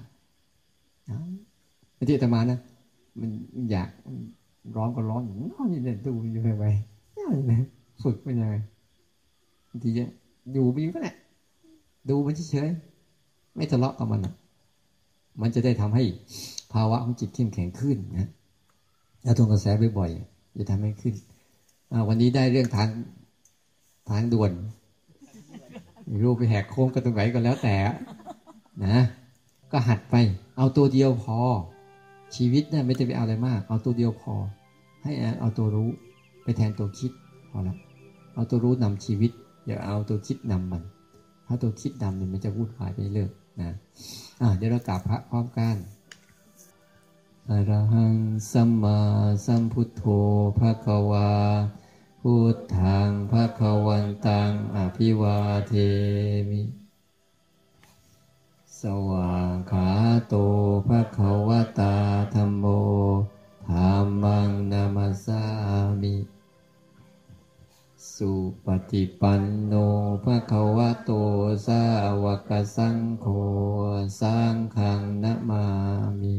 ที่อาตมานะมันอยากร้อนก็ร้อนนี่เนี่ยดูอยู่ไปนี่ฝึกเป็นยังไงบางทีอยู่ไปก็แหละดูมันเฉยๆไม่ทะเลาะกับมันจะได้ทำให้ภาวะของจิตเข้มแข็งขึ้นนะถ้าทวนกระแสบ่อยๆจะทำให้ขึ้นวันนี้ได้เรื่องทางด่วนไม่รู้ไปแหกโค้งกันตรงไหนก็แล้วแต่นะก็หัดไปเอาตัวเดียวพอชีวิตเนี่ยไม่ต้องไปเอาอะไรมากเอาตัวเดียวพอให้เอาตัวรู้ไปแทนตัวคิดพอละเอาตัวรู้นำชีวิตอย่าเอาตัวคิดนำมันถ้าตัวคิดนำเนี่ยมันจะวุ่นวายไปเรื่อยนะเดี๋ยวเรากราบพระพร้อมกันอะระหังสัมมาสัมพุทโธภควาพุทธังภควันตังอภิวาเทมิสวากขาโตภควตาธัมโมธัมมังนามัสสามิสุปฏิปันโนภควโตสาวกสังโฆสังฆังนะมามิ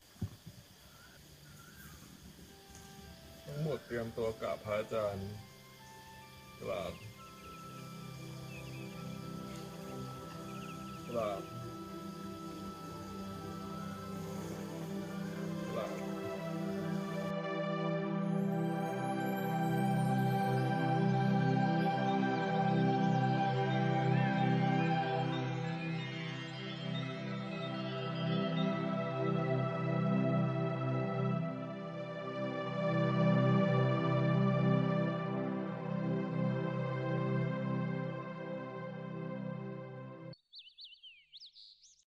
ทั้งหมดเตรียมตัวกราบพระอาจารย์กราบ